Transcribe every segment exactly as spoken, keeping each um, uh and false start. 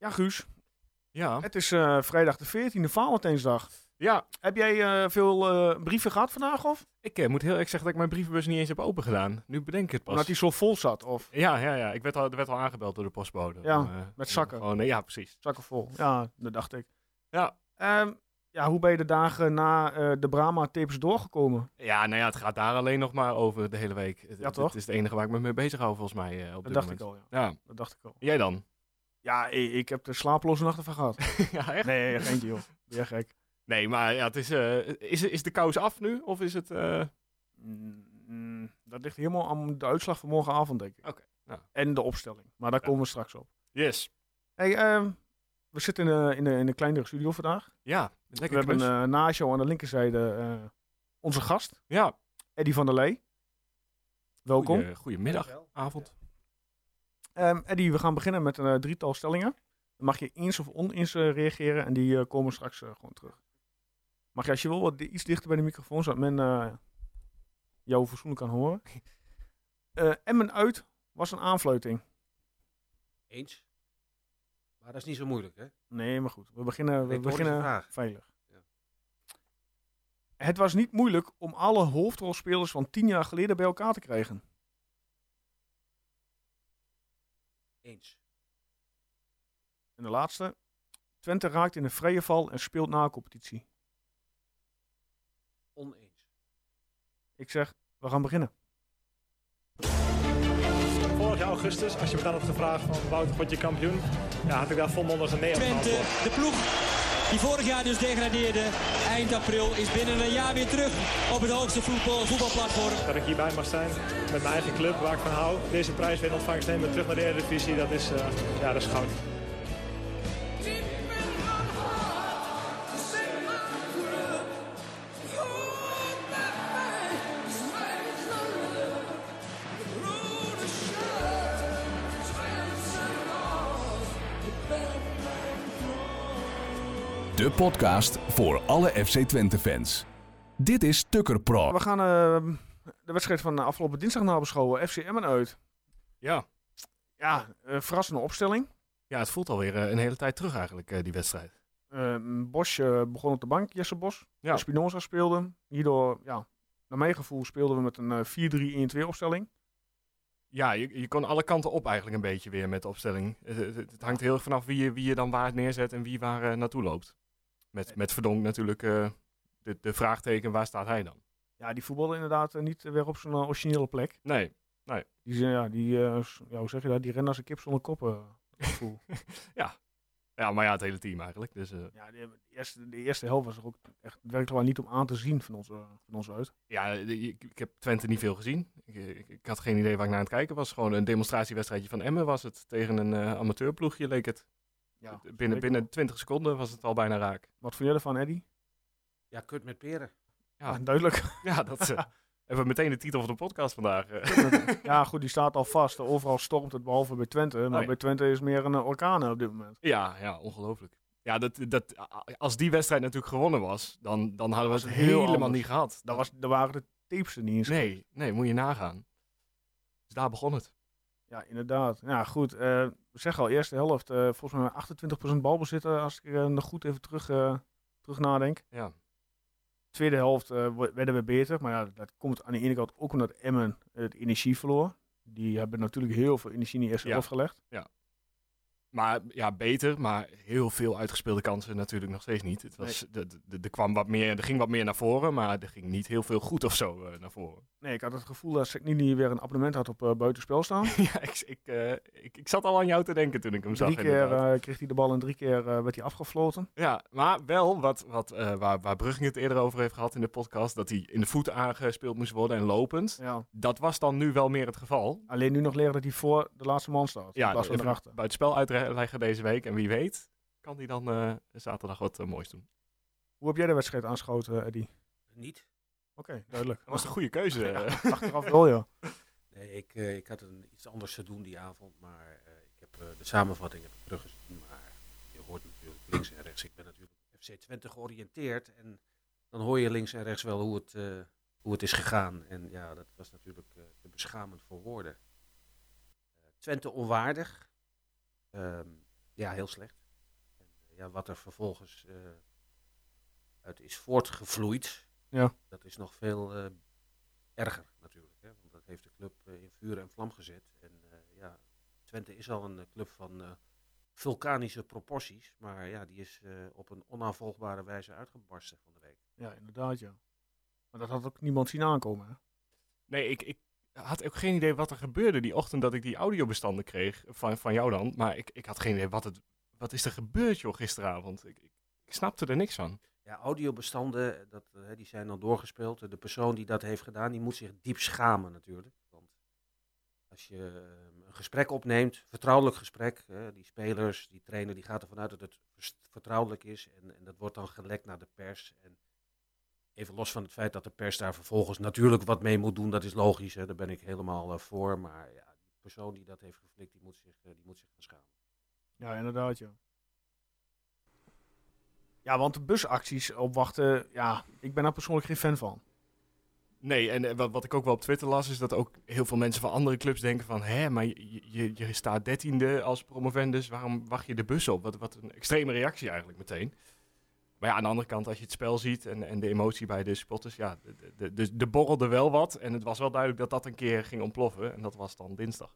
Ja, Guus. Ja. Het is uh, vrijdag de veertiende, Valentijnsdag. Ja. Heb jij uh, veel uh, brieven gehad vandaag, of? Ik uh, moet heel erg zeggen dat ik mijn brievenbus niet eens heb open gedaan. Nu bedenk ik het pas. Omdat die zo vol zat, of? Ja, ja, ja. Ik werd al, er werd al aangebeld door de postbode. Ja, om, uh, met zakken. Gewoon, uh, ja, precies. Zakken vol. Ja, dat dacht ik. Ja. Um, ja, hoe ben je de dagen na uh, de Brahma-tips doorgekomen? Ja, nou ja, het gaat daar alleen nog maar over de hele week. Het, ja, toch? Het is het enige waar ik me mee bezig hou, volgens mij, uh, op dat dit dacht moment. ik al, ja. ja. Dat dacht ik al. Jij dan? Ja, ik, ik heb er slapeloze nachten van gehad. Ja, echt? Nee, geintje, joh. Ben jij gek? Nee, maar ja, het is, uh, is, is de kous af nu? Of is het... Uh... Mm, dat ligt helemaal aan de uitslag van morgenavond, denk ik. Oké. Okay, ja. En de opstelling. Maar daar ja. komen we straks op. Yes. Hey, uh, we zitten in de, in, de, in de kleinere studio vandaag. Ja, we hebben uh, naast jou aan de linkerzijde uh, onze gast. Ja. Eddie van der Lee. Welkom. Goeie, goedemiddag, avond. Um, Eddie, we gaan beginnen met een uh, drietal stellingen. Dan mag je eens of oneens uh, reageren en die uh, komen straks uh, gewoon terug. Mag je als je wil wat iets dichter bij de microfoon, zodat men uh, jou fatsoenlijk kan horen. Uh, Emmen uit was een aanfluiting. Eens. Maar dat is niet zo moeilijk, hè? Nee, maar goed. We beginnen, we beginnen veilig. Ja. Het was niet moeilijk om alle hoofdrolspelers van tien jaar geleden bij elkaar te krijgen. Eens. En de laatste. Twente raakt in een vrije val en speelt na competitie. Oneens. Ik zeg, we gaan beginnen. Vorig jaar augustus, als je me dan op de vraag van Wouter, word je kampioen? Ja, had ik daar volmondig een nee op Twente, de ploeg die vorig jaar dus degradeerde, eind april, is binnen een jaar weer terug op het hoogste voetbal, voetbalplatform. Dat ik hierbij mag zijn met mijn eigen club, waar ik van hou. Deze prijs weer in ontvangst nemen, terug naar de Eredivisie, dat is, uh, ja, dat is goud. De podcast voor alle F C Twente-fans. Dit is Tukker Pro. We gaan uh, de wedstrijd van de afgelopen dinsdag nabeschouwen. F C Emmen uit. Ja. Ja, uh, verrassende opstelling. Ja, het voelt alweer uh, een hele tijd terug eigenlijk, uh, die wedstrijd. Uh, Bosch uh, begon op de bank, Jesse Bos. Ja. Spinoza speelde. Hierdoor, ja, naar mijn gevoel speelden we met een uh, vier drie een twee opstelling. Ja, je, je kon alle kanten op eigenlijk een beetje weer met de opstelling. Het, het, het hangt heel erg vanaf wie je, wie je dan waar neerzet en wie waar uh, naartoe loopt. Met, met Verdonk natuurlijk uh, de, de vraagteken, waar staat hij dan? Ja, die voetbalde inderdaad uh, niet weer op zijn uh, originele plek. Nee, nee. Die, ja, die, uh, ja, hoe zeg je dat? Die rennen als een kip zonder kop. Uh, ja. ja, maar ja, het hele team eigenlijk. Dus, uh... ja, de, de, eerste, de eerste helft was er ook echt werkelijk wel niet om aan te zien van ons, uh, van ons uit. Ja, ik, ik heb Twente niet veel gezien. Ik, ik, ik had geen idee waar ik naar aan het kijken was. Gewoon een demonstratiewedstrijdje van Emmen was het. Tegen een uh, amateurploegje leek het. Ja, binnen, binnen twintig seconden was het al bijna raak. Wat vond jij ervan, Eddie? Ja, kut met peren. Ja, ja duidelijk. Ja, dat uh, hebben we meteen de titel van de podcast vandaag. Ja, goed, die staat al vast. Overal stormt het, behalve bij Twente. Maar oh, ja. bij Twente is meer een orkaan op dit moment. Ja, ja, ongelooflijk. Ja, dat, dat, als die wedstrijd natuurlijk gewonnen was, dan, dan hadden we het helemaal anders. niet gehad. Dan was, daar waren de tapes er niet eens. Nee, nee, moet je nagaan. Dus daar begon het. Ja, inderdaad. Ja, goed. Uh, we zeggen al, eerste helft. Uh, volgens mij achtentwintig procent balbezit als ik uh, nog goed even terug, uh, terug nadenk. Ja. Tweede helft uh, werden we beter. Maar ja, dat komt aan de ene kant ook omdat Emmen het energie verloor. Die hebben natuurlijk heel veel energie in de eerste ja. helft gelegd. Ja. Maar ja, beter, maar heel veel uitgespeelde kansen natuurlijk nog steeds niet. Het was, nee. de, de, de kwam wat meer, er ging wat meer naar voren, maar er ging niet heel veel goed of zo uh, naar voren. Nee, ik had het gevoel dat Seknini weer een abonnement had op uh, buitenspel staan. ja, ik, ik, uh, ik, ik zat al aan jou te denken toen ik hem drie zag. Drie keer uh, kreeg hij de bal en drie keer uh, werd hij afgefloten. Ja, maar wel wat, wat, uh, waar, waar Brugging het eerder over heeft gehad in de podcast, dat hij in de voeten aangespeeld moest worden en lopend. Ja. Dat was dan nu wel meer het geval. Alleen nu nog leren dat hij voor de laatste man staat. Ja, buitenspel uitleggen deze week. En wie weet, kan hij dan uh, zaterdag wat uh, moois doen. Hoe heb jij de wedstrijd aangeschoten, Eddie? Niet. Oké, okay, duidelijk. Dat was een goede keuze. Ja, achteraf wel, ja. Nee, ik, uh, ik had een, iets anders te doen die avond, maar uh, ik heb uh, de samenvatting heb ik teruggezien. Maar je hoort natuurlijk links en rechts. Ik ben natuurlijk F C Twente georiënteerd en dan hoor je links en rechts wel hoe het, uh, hoe het is gegaan. En ja, dat was natuurlijk uh, te beschamend voor woorden. Uh, Twente onwaardig. Um, Ja, heel slecht. En, uh, ja, wat er vervolgens uh, uit is voortgevloeid, Ja. dat is nog veel uh, erger natuurlijk. Hè? Want dat heeft de club uh, in vuur en vlam gezet. En uh, ja, Twente is al een uh, club van uh, vulkanische proporties. Maar ja, die is uh, op een onafvolgbare wijze uitgebarsten van de week. Ja, inderdaad, ja. Maar dat had ook niemand zien aankomen, hè? Nee, ik, ik had ook geen idee wat er gebeurde die ochtend dat ik die audiobestanden kreeg van, van jou dan. Maar ik, ik had geen idee wat, het, wat is er gebeurd, joh, gisteravond. Ik, ik, ik snapte er niks van. Ja, audiobestanden, dat, uh, die zijn al doorgespeeld. De persoon die dat heeft gedaan, die moet zich diep schamen natuurlijk. Want als je uh, een gesprek opneemt, vertrouwelijk gesprek, uh, die spelers, die trainer, die gaat ervan uit dat het vertrouwelijk is. En, en dat wordt dan gelekt naar de pers. En even los van het feit dat de pers daar vervolgens natuurlijk wat mee moet doen, dat is logisch. Hè, daar ben ik helemaal uh, voor. Maar ja, die persoon die dat heeft geflikt, die moet zich, uh, die moet zich gaan schamen. Ja, inderdaad, ja. Ja, want de busacties opwachten, ja, ik ben daar persoonlijk geen fan van. Nee, en uh, wat, wat ik ook wel op Twitter las, is dat ook heel veel mensen van andere clubs denken van, hè, maar je, je, je staat dertiende als promovendus, waarom wacht je de bus op? Wat, wat een extreme reactie eigenlijk meteen. Maar ja, aan de andere kant, als je het spel ziet en, en de emotie bij de supporters, ja, de, de, de, de borrelde wel wat. En het was wel duidelijk dat dat een keer ging ontploffen. En dat was dan dinsdag.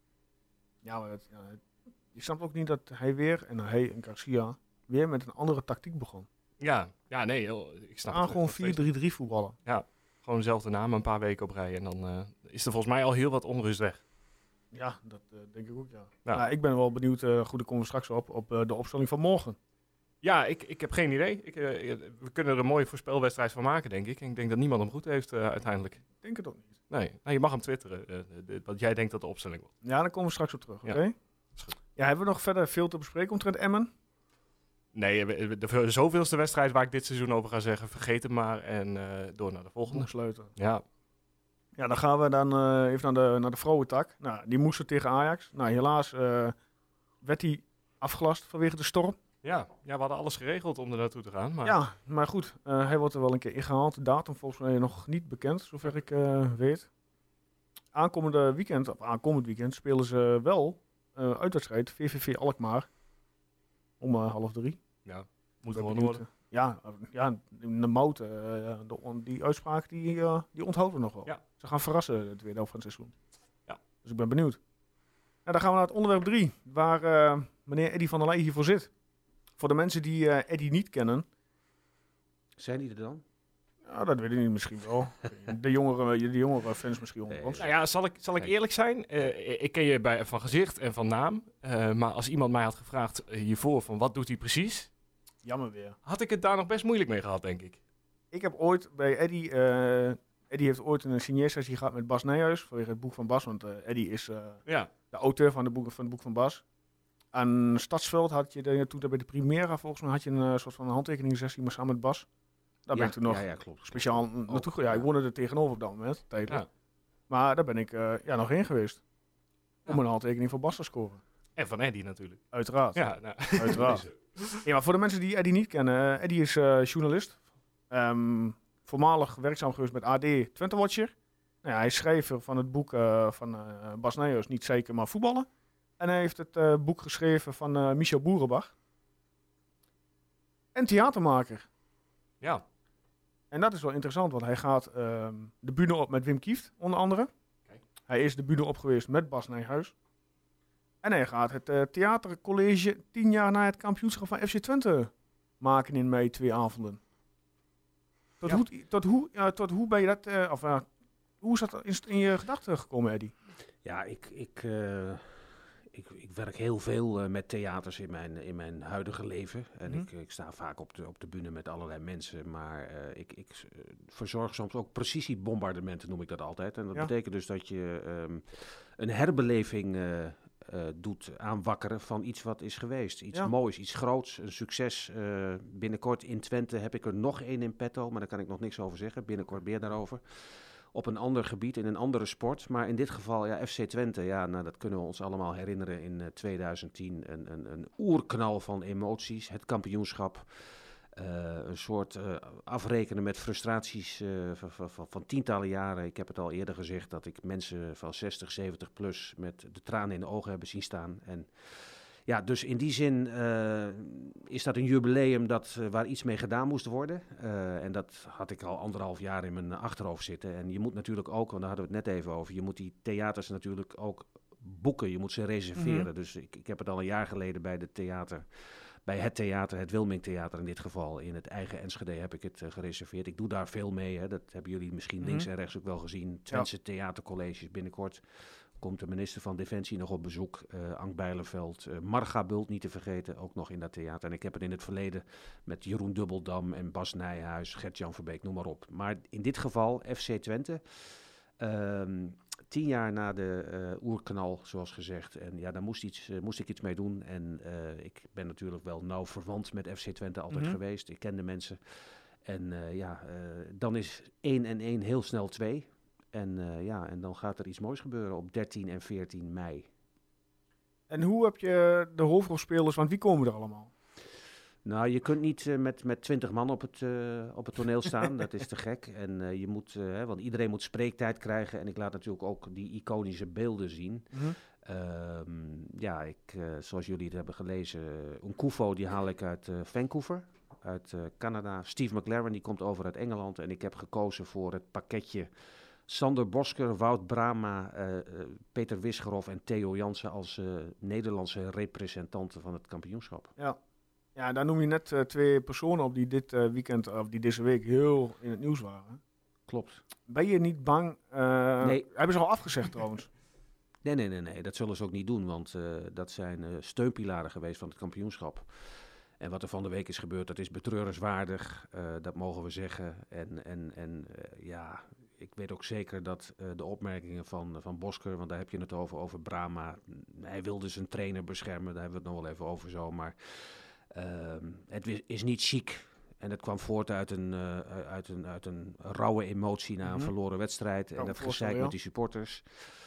Ja, maar het, ja, het, je snapt ook niet dat hij weer, en hij en Garcia, weer met een andere tactiek begon. Ja, ja nee, heel, ik snap Aan het. gewoon vier drie drie voetballen. Ja, gewoon dezelfde naam, een paar weken op rij. En dan uh, is er volgens mij al heel wat onrust weg. Ja, dat uh, denk ik ook, ja. Ja. Nou, ik ben wel benieuwd, uh, goed, daar komen we straks op, op uh, de opstelling van morgen. Ja, ik, ik heb geen idee. Ik, uh, we kunnen er een mooie voorspelwedstrijd van maken, denk ik. En ik denk dat niemand hem goed heeft uh, uiteindelijk. Ik denk het ook niet. Nee, nou, je mag hem twitteren, uh, de, de, wat jij denkt dat de opstelling wordt. Ja, daar komen we straks op terug, oké? Ja, okay? Ja, hebben we nog verder veel te bespreken omtrent Emmen? Nee, de, de, de zoveelste wedstrijd waar ik dit seizoen over ga zeggen, vergeet hem maar en uh, door naar de volgende. Sluiten. Ja. Ja, dan gaan we dan uh, even naar de, naar de vrouwentak. Nou, die moesten tegen Ajax. Nou, helaas uh, werd die afgelast vanwege de storm. Ja, ja, we hadden alles geregeld om er naartoe te gaan. Maar... Ja, maar goed, uh, hij wordt er wel een keer ingehaald. De datum volgens mij nog niet bekend, zover ik uh, weet. Aankomende weekend, of aankomend weekend, spelen ze wel uh, uitwedstrijd V V V Alkmaar. Om uh, half drie. Ja, moet gewonnen worden. Ja, uh, ja, de Mout, uh, de, die uitspraak, die, uh, die onthouden we nog wel. Ja. Ze gaan verrassen het tweede helft van het seizoen. Ja. Dus ik ben benieuwd. En dan gaan we naar het onderwerp drie, waar uh, meneer Eddy van der Leij hiervoor zit. Voor de mensen die uh, Eddy niet kennen. Zijn die er dan? Ja, dat weet ik niet, misschien wel. De jongere, de jongere fans misschien onder Nee. ons. Nou ja, zal ik, zal ik eerlijk zijn? Uh, ik ken je bij, van gezicht en van naam. Uh, maar als iemand mij had gevraagd uh, hiervoor van wat doet hij precies, Jammer weer. had ik het daar nog best moeilijk mee gehad, denk ik. Ik heb ooit bij Eddy... Uh, Eddy heeft ooit een signeersessie gehad met Bas Nijhuis. Vanwege het boek van Bas. Want uh, Eddy is uh, Ja. de auteur van, de boek, van het boek van Bas. Aan Stadsveld had je de, toen bij de Primera volgens mij had je een uh, soort van handtekeningssessie, maar samen met Bas. Daar ben ja, ik toen nog ja, ja, klopt, speciaal klopt. naartoe gegaan. Ja, ik woonde er tegenover op dat moment, tijdelijk. Ja. Maar daar ben ik uh, ja, nog heen geweest. Om Ja. een handtekening voor Bas te scoren. En van Eddy natuurlijk. Uiteraard. Ja, nou. Uiteraard. Ja, maar voor de mensen die Eddy niet kennen, uh, Eddy is uh, journalist. Um, voormalig werkzaam geweest met A D Twente Watcher. Nou ja, hij is schrijver van het boek uh, van uh, Bas Nijhuis, Niet Zeker maar Voetballen. En hij heeft het uh, boek geschreven van uh, Michel Boerenbach. En theatermaker. Ja. En dat is wel interessant, want hij gaat uh, de bühne op met Wim Kieft, onder andere. Okay. Hij is de bühne op geweest met Bas Nijhuis. En hij gaat het uh, theatercollege tien jaar na het kampioenschap van F C Twente maken in mei, twee avonden. Tot, Ja. hoe, tot, hoe, uh, tot hoe ben je dat, uh, of uh, hoe is dat in, in je gedachten gekomen, Eddy? Ja, ik, ik, uh, ik, ik werk heel veel uh, met theaters in mijn, in mijn huidige leven. En Mhm. ik, ik sta vaak op de, op de bühne met allerlei mensen. Maar uh, ik, ik uh, verzorg soms ook precisiebombardementen, noem ik dat altijd. En dat Ja. betekent dus dat je um, een herbeleving uh, uh, doet aanwakkeren van iets wat is geweest. Iets Ja. moois, iets groots, een succes. Uh, binnenkort in Twente heb ik er nog één in petto, maar daar kan ik nog niks over zeggen. Binnenkort meer daarover. Op een ander gebied, in een andere sport. Maar in dit geval, ja, F C Twente, ja, nou, dat kunnen we ons allemaal herinneren in uh, tweeduizend tien. Een, een, een oerknal van emoties, het kampioenschap. Uh, een soort uh, afrekenen met frustraties uh, van, van, van, van tientallen jaren. Ik heb het al eerder gezegd dat ik mensen van zestig, zeventig plus met de tranen in de ogen hebben zien staan. En ja, dus in die zin uh, is dat een jubileum dat, uh, waar iets mee gedaan moest worden. Uh, en dat had ik al anderhalf jaar in mijn achterhoofd zitten. En je moet natuurlijk ook, want daar hadden we het net even over, je moet die theaters natuurlijk ook boeken. Je moet ze reserveren. Mm-hmm. Dus ik, ik heb het al een jaar geleden bij de theater... Bij het theater, het Wilming Theater in dit geval, in het eigen Enschede heb ik het uh, gereserveerd. Ik doe daar veel mee, hè. Dat hebben jullie misschien links mm-hmm. en rechts ook wel gezien. Twentse ja. theatercolleges binnenkort. Komt de minister van Defensie nog op bezoek, uh, Ank Bijleveld, uh, Marga Bult niet te vergeten, ook nog in dat theater. En ik heb het in het verleden met Jeroen Dubbeldam en Bas Nijhuis, Gert-Jan Verbeek, noem maar op. Maar in dit geval F C Twente, um, tien jaar na de uh, oerknal, zoals gezegd. En ja, daar moest, iets, uh, moest ik iets mee doen. En uh, ik ben natuurlijk wel nauw verwant met F C Twente altijd mm-hmm. geweest. Ik ken de mensen. En uh, ja, uh, dan is één en één heel snel twee. En uh, ja, en dan gaat er iets moois gebeuren op dertien en veertien mei. En hoe heb je de hoofdrolspelers, want wie komen er allemaal? Nou, je kunt niet uh, met, met twintig man op het, uh, op het toneel staan. Dat is te gek. En uh, je moet, uh, hè, want iedereen moet spreektijd krijgen. En ik laat natuurlijk ook die iconische beelden zien. Mm-hmm. Um, ja, ik, uh, zoals jullie het hebben gelezen, uh, Nkufo, die haal ik uit uh, Vancouver, uit uh, Canada. Steve McLaren, die komt over uit Engeland. En ik heb gekozen voor het pakketje Sander Bosker, Wout Brama, uh, uh, Peter Wisgerhoff en Theo Jansen als uh, Nederlandse representanten van het kampioenschap. Ja. Ja, daar noem je net uh, twee personen op die dit uh, weekend, of die deze week heel in het nieuws waren. Klopt. Ben je niet bang? Uh, nee. Hebben ze al afgezegd trouwens? Nee, nee, nee, nee. Dat zullen ze ook niet doen, want uh, dat zijn uh, steunpilaren geweest van het kampioenschap. En wat er van de week is gebeurd, dat is betreurenswaardig, uh, dat mogen we zeggen. En, en, en uh, ja, ik weet ook zeker dat uh, de opmerkingen van, van Bosker, want daar heb je het over, over Brama. Hij wilde zijn trainer beschermen, daar hebben we het nog wel even over zo, maar... Uh, het is niet chic en het kwam voort uit een, uh, uit een, uit een rauwe emotie na een mm-hmm. verloren wedstrijd. En dat gezeik met die supporters.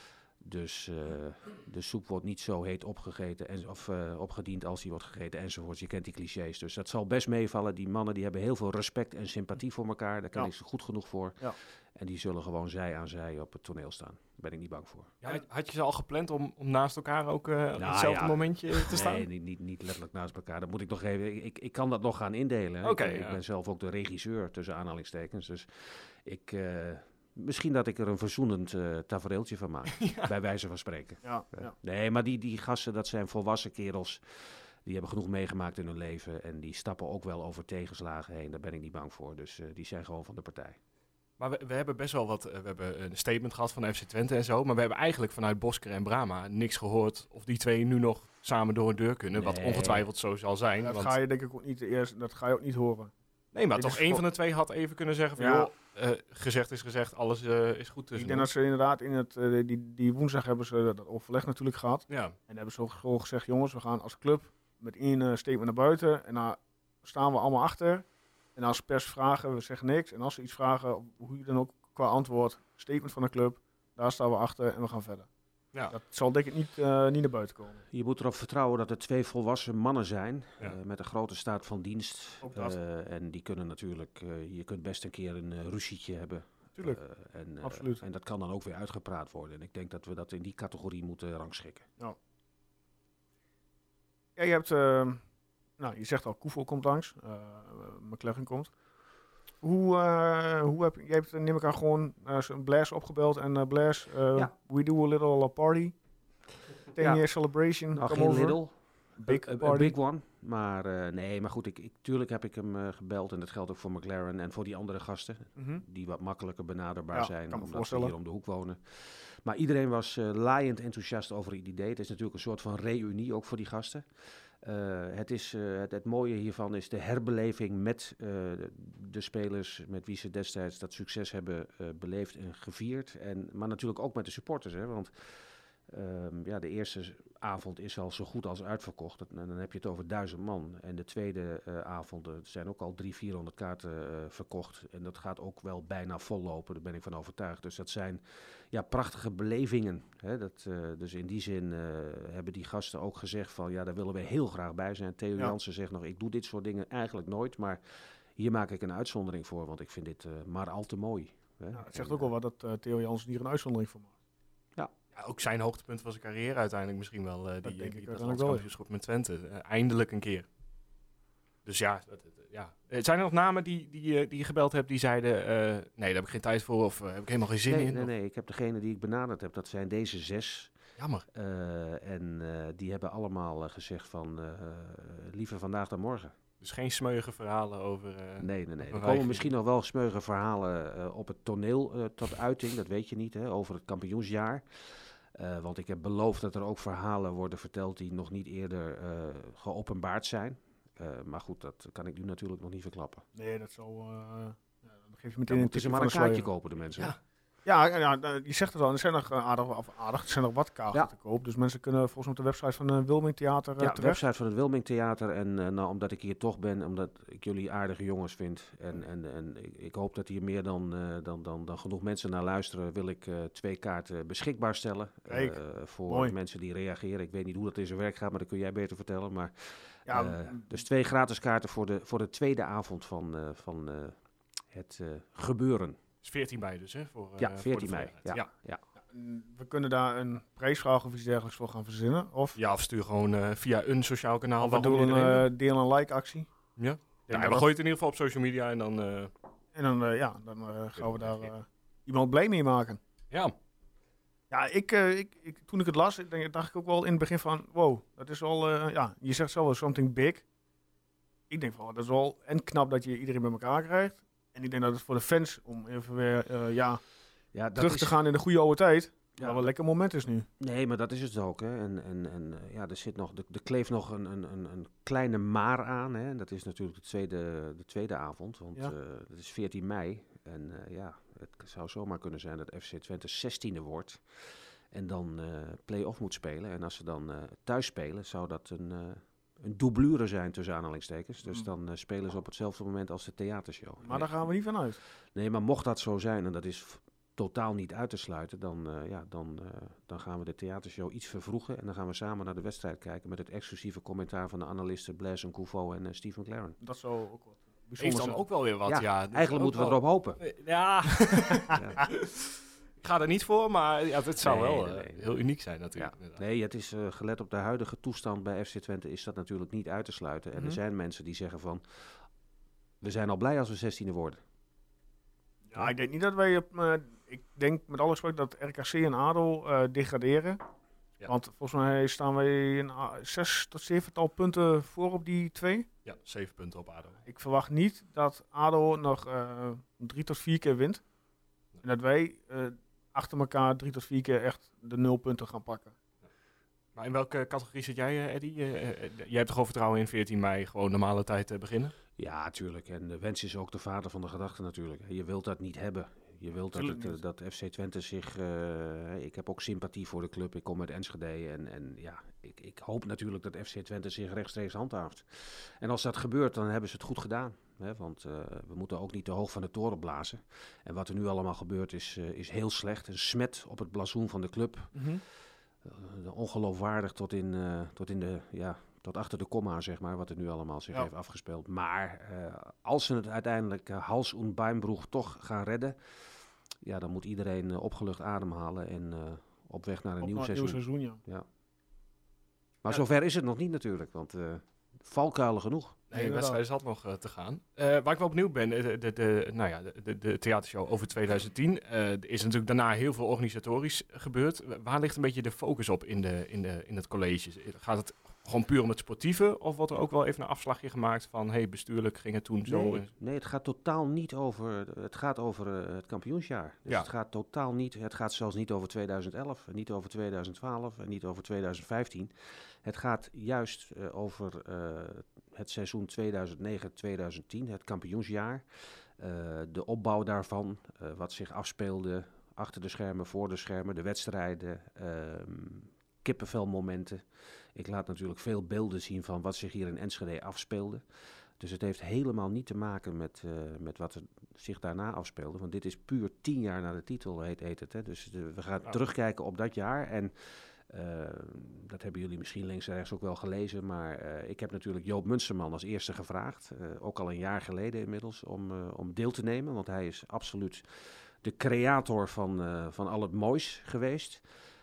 Dus uh, de soep wordt niet zo heet opgegeten en, of uh, opgediend als die wordt gegeten enzovoort. Je kent die clichés. Dus dat zal best meevallen. Die mannen die hebben heel veel respect en sympathie voor elkaar. Daar ken ja. ik ze goed genoeg voor. Ja. En die zullen gewoon zij aan zij op het toneel staan. Daar ben ik niet bang voor. Ja, had je ze al gepland om, om naast elkaar ook uh, nou, op hetzelfde ja. momentje te staan? Nee, niet, niet, niet letterlijk naast elkaar. Dat moet ik nog even... Ik, ik kan dat nog gaan indelen. Okay, ik, ja. ik ben zelf ook de regisseur, tussen aanhalingstekens. Dus ik... Uh, misschien dat ik er een verzoenend uh, tafereeltje van maak. Ja. Bij wijze van spreken. Ja, ja. Nee, maar die, die gasten, dat zijn volwassen kerels. Die hebben genoeg meegemaakt in hun leven. En die stappen ook wel over tegenslagen heen. Daar ben ik niet bang voor. Dus uh, die zijn gewoon van de partij. Maar we, we hebben best wel wat... Uh, we hebben een statement gehad van F C Twente en zo. Maar we hebben eigenlijk vanuit Bosker en Brama niks gehoord... of die twee nu nog samen door een deur kunnen. Nee. Wat ongetwijfeld zo zal zijn. Dat want... ga je denk ik ook niet eerst... Dat ga je ook niet horen. Nee, maar ik toch één van de twee had even kunnen zeggen van... Ja. joh, uh, gezegd is gezegd, alles uh, is goed tussen. Ik denk dat ze inderdaad in het... Uh, die, die woensdag hebben ze dat overleg natuurlijk gehad. Ja. En hebben ze ook gewoon gezegd... jongens, we gaan als club met één uh, statement naar buiten... en daar staan we allemaal achter... En als pers vragen, we zeggen niks. En als ze iets vragen, hoe je dan ook qua antwoord, statement van de club, daar staan we achter en we gaan verder. Ja. Dat zal denk ik niet, uh, niet naar buiten komen. Je moet erop vertrouwen dat er twee volwassen mannen zijn, ja. uh, met een grote staat van dienst. Uh, en die kunnen natuurlijk, uh, je kunt best een keer een uh, ruzietje hebben. Tuurlijk, uh, en, uh, absoluut. En dat kan dan ook weer uitgepraat worden. En ik denk dat we dat in die categorie moeten rangschikken. Ja, ja je hebt... Uh, Nou, je zegt al, Koevo komt langs, uh, McLaren komt. Hoe, uh, hoe heb je, je hebt, neem ik aan, gewoon uh, een Blaise opgebeld en uh, Blaise, uh, ja. we do a little party. ten ja. year celebration. Nou, geen little, big a, a, a big one. Maar uh, nee, maar goed, ik, ik, tuurlijk heb ik hem uh, gebeld en dat geldt ook voor McLaren en voor die andere gasten. Mm-hmm. Die wat makkelijker benaderbaar ja, zijn, omdat ze hier om de hoek wonen. Maar iedereen was uh, laaiend enthousiast over het idee. Het is natuurlijk een soort van reunie ook voor die gasten. Uh, het, is, uh, het, het mooie hiervan is de herbeleving met uh, de spelers met wie ze destijds dat succes hebben uh, beleefd en gevierd. En, maar natuurlijk ook met de supporters. Hè, want um, ja, de eerste avond is al zo goed als uitverkocht. En dan heb je het over duizend man. En de tweede uh, avond uh, zijn ook al driehonderd, vierhonderd kaarten uh, verkocht. En dat gaat ook wel bijna vollopen, daar ben ik van overtuigd. Dus dat zijn ja, prachtige belevingen. Hè? Dat, uh, dus in die zin uh, hebben die gasten ook gezegd van... ja, daar willen we heel graag bij zijn. Theo ja. Jansen zegt nog, ik doe dit soort dingen eigenlijk nooit. Maar hier maak ik een uitzondering voor, want ik vind dit uh, maar al te mooi. Hè? Ja, het zegt en, ook wel wat dat uh, Theo Jansen hier een uitzondering voor maakt. Ja, Ja, ook zijn hoogtepunt van zijn carrière uiteindelijk misschien wel. Uh, die denk die, ik die uiteindelijk wel, kampioenschap met Twente. Uh, eindelijk een keer. Dus ja, dat, dat, ja. Zijn er nog namen die, die, uh, die je gebeld hebt die zeiden... Uh, nee, daar heb ik geen tijd voor of uh, heb ik helemaal geen zin nee, in? Nee, of? nee, ik heb degene die ik benaderd heb. Dat zijn deze zes. Jammer. Uh, en uh, die hebben allemaal uh, gezegd van uh, liever vandaag dan morgen. Dus geen smeuïge verhalen over... Uh, nee, nee, nee. Er komen misschien nog wel smeuïge verhalen uh, op het toneel uh, tot uiting. Dat weet je niet, hè, over het kampioensjaar. Uh, want ik heb beloofd dat er ook verhalen worden verteld die nog niet eerder uh, geopenbaard zijn. Uh, maar goed, dat kan ik nu natuurlijk nog niet verklappen. Nee, dat zal... Uh, ja, dan geef je meteen ja, een ze maar een kaartje kopen, de mensen. Ja. Ja, ja, je zegt het al, er zijn nog aardig, of aardig, er zijn nog wat kaarten ja. te koop. Dus mensen kunnen volgens mij op de website van het Wilming Theater uh, Ja, terecht. de website van het Wilming Theater. En uh, nou, omdat ik hier toch ben, omdat ik jullie aardige jongens vind. En, en, en ik, ik hoop dat hier meer dan, uh, dan, dan, dan genoeg mensen naar luisteren. Wil ik uh, twee kaarten beschikbaar stellen. Kijk, uh, voor mooi. mensen die reageren. Ik weet niet hoe dat in zijn werk gaat, maar dat kun jij beter vertellen. Maar, ja, uh, dus twee gratis kaarten voor de, voor de tweede avond van, uh, van uh, het uh, gebeuren. is veertien mei dus, hè? Voor, uh, ja, veertien mei. Ja, ja. Ja. We kunnen daar een prijsvraag of iets dergelijks voor gaan verzinnen. Of, ja, of stuur gewoon uh, via een sociaal kanaal. we doen een uh, deel- en like-actie. Ja, ja, ja we gooien het in ieder geval op social media en dan... Uh, en dan, uh, ja, dan uh, gaan we daar uh, iemand blij mee maken. Ja. Ja, ik, uh, ik, ik, toen ik het las, denk, dacht ik ook wel in het begin van... Wow, dat is wel... Uh, ja, je zegt zelf wel something big. Ik denk van, dat is wel en knap dat je iedereen bij elkaar krijgt. En ik denk dat het voor de fans, om even weer uh, ja, ja, dat terug is... te gaan in de goede oude tijd... Ja, wel een lekker moment is nu. Nee, maar dat is het ook. Hè. En, en, en ja, er, zit nog, er, er kleeft nog een, een, een kleine maar aan. Hè. Dat is natuurlijk de tweede, de tweede avond, want ja. uh, het is veertien mei. En uh, ja, het zou zomaar kunnen zijn dat F C Twente zestiende wordt. En dan uh, play-off moet spelen. En als ze dan uh, thuis spelen, zou dat een, uh, een doublure zijn tussen aanhalingstekens. Dus mm. dan uh, spelen ze op hetzelfde moment als de theatershow. Maar daar gaan we niet van uit. Nee, maar mocht dat zo zijn, en dat is... F- totaal niet uit te sluiten, dan, uh, ja, dan, uh, dan gaan we de theatershow iets vervroegen en dan gaan we samen naar de wedstrijd kijken met het exclusieve commentaar van de analisten Blaise Couveau en uh, Steve McLaren. Dat zou ook wat bijzonder zijn. Is dan ook wel weer wat, ja. ja. Eigenlijk moeten we erop hopen. Ja. ja. Ik ga er niet voor, maar ja, het zou nee, wel nee, nee, uh, heel uniek zijn natuurlijk. Ja. Nee, het is uh, gelet op de huidige toestand bij F C Twente is dat natuurlijk niet uit te sluiten. En mm-hmm. er zijn mensen die zeggen van, we zijn al blij als we zestiende worden. Ja, ik denk niet dat wij... Uh, ik denk met alle respect dat R K C en A D O uh, degraderen. Ja. Want volgens mij staan wij een uh, zes tot zevental punten voor op die twee. Ja, zeven punten op A D O. Ik verwacht niet dat A D O nog uh, drie tot vier keer wint. Nee. En dat wij uh, achter elkaar drie tot vier keer echt de nul punten gaan pakken. Ja. Maar in welke categorie zit jij, uh, Eddy? Uh, uh, jij hebt toch gewoon vertrouwen in veertien mei gewoon normale tijd uh, beginnen? Ja, tuurlijk. En de wens is ook de vader van de gedachte natuurlijk. Je wilt dat niet hebben. Je wilt dat, het, uh, dat F C Twente zich... Uh, ik heb ook sympathie voor de club. Ik kom uit Enschede. En, en ja, ik, ik hoop natuurlijk dat F C Twente zich rechtstreeks handhaaft. En als dat gebeurt, dan hebben ze het goed gedaan. Hè? Want uh, we moeten ook niet te hoog van de toren blazen. En wat er nu allemaal gebeurt is, uh, is heel slecht. Een smet op het blazoen van de club. Mm-hmm. Uh, ongeloofwaardig tot in, uh, tot in de... Ja, tot achter de komma, zeg maar, wat er nu allemaal zich ja. heeft afgespeeld. Maar uh, als ze het uiteindelijk uh, Hals und Beinbruch toch gaan redden... Ja, dan moet iedereen uh, opgelucht ademhalen en uh, op weg naar een op nieuw seizoen. Nieuw seizoen ja. ja. Maar ja. zover is het nog niet natuurlijk, want uh, valkuilen genoeg. Nee, de wedstrijd zat nog uh, te gaan. Uh, waar ik wel benieuwd ben, de, de, de, nou ja, de, de, de theatershow over twintig tien. Uh, er is natuurlijk daarna heel veel organisatorisch gebeurd. Waar ligt een beetje de focus op in, de, in, de, in het college? Gaat het gewoon puur om het sportieve? Of wordt er ook wel even een afslagje gemaakt van... hey, bestuurlijk ging het toen nee, zo... Nee, het gaat totaal niet over... Het gaat over uh, het kampioensjaar. Dus ja. het gaat totaal niet... Het gaat zelfs niet over tweeduizend elf, en niet over tweeduizend twaalf en niet over tweeduizend vijftien. Het gaat juist uh, over uh, het seizoen tweeduizend negen tweeduizend tien, het kampioensjaar. Uh, de opbouw daarvan, uh, wat zich afspeelde achter de schermen, voor de schermen, de wedstrijden, uh, kippenvelmomenten. Ik laat natuurlijk veel beelden zien van wat zich hier in Enschede afspeelde. Dus het heeft helemaal niet te maken met, uh, met wat er zich daarna afspeelde. Want dit is puur tien jaar na de titel, heet, heet het. Hè? Dus de, we gaan ja. terugkijken op dat jaar. En uh, dat hebben jullie misschien links en rechts ook wel gelezen. Maar uh, ik heb natuurlijk Joop Munsterman als eerste gevraagd. Uh, ook al een jaar geleden inmiddels, om, uh, om deel te nemen. Want hij is absoluut de creator van, uh, van al het moois geweest.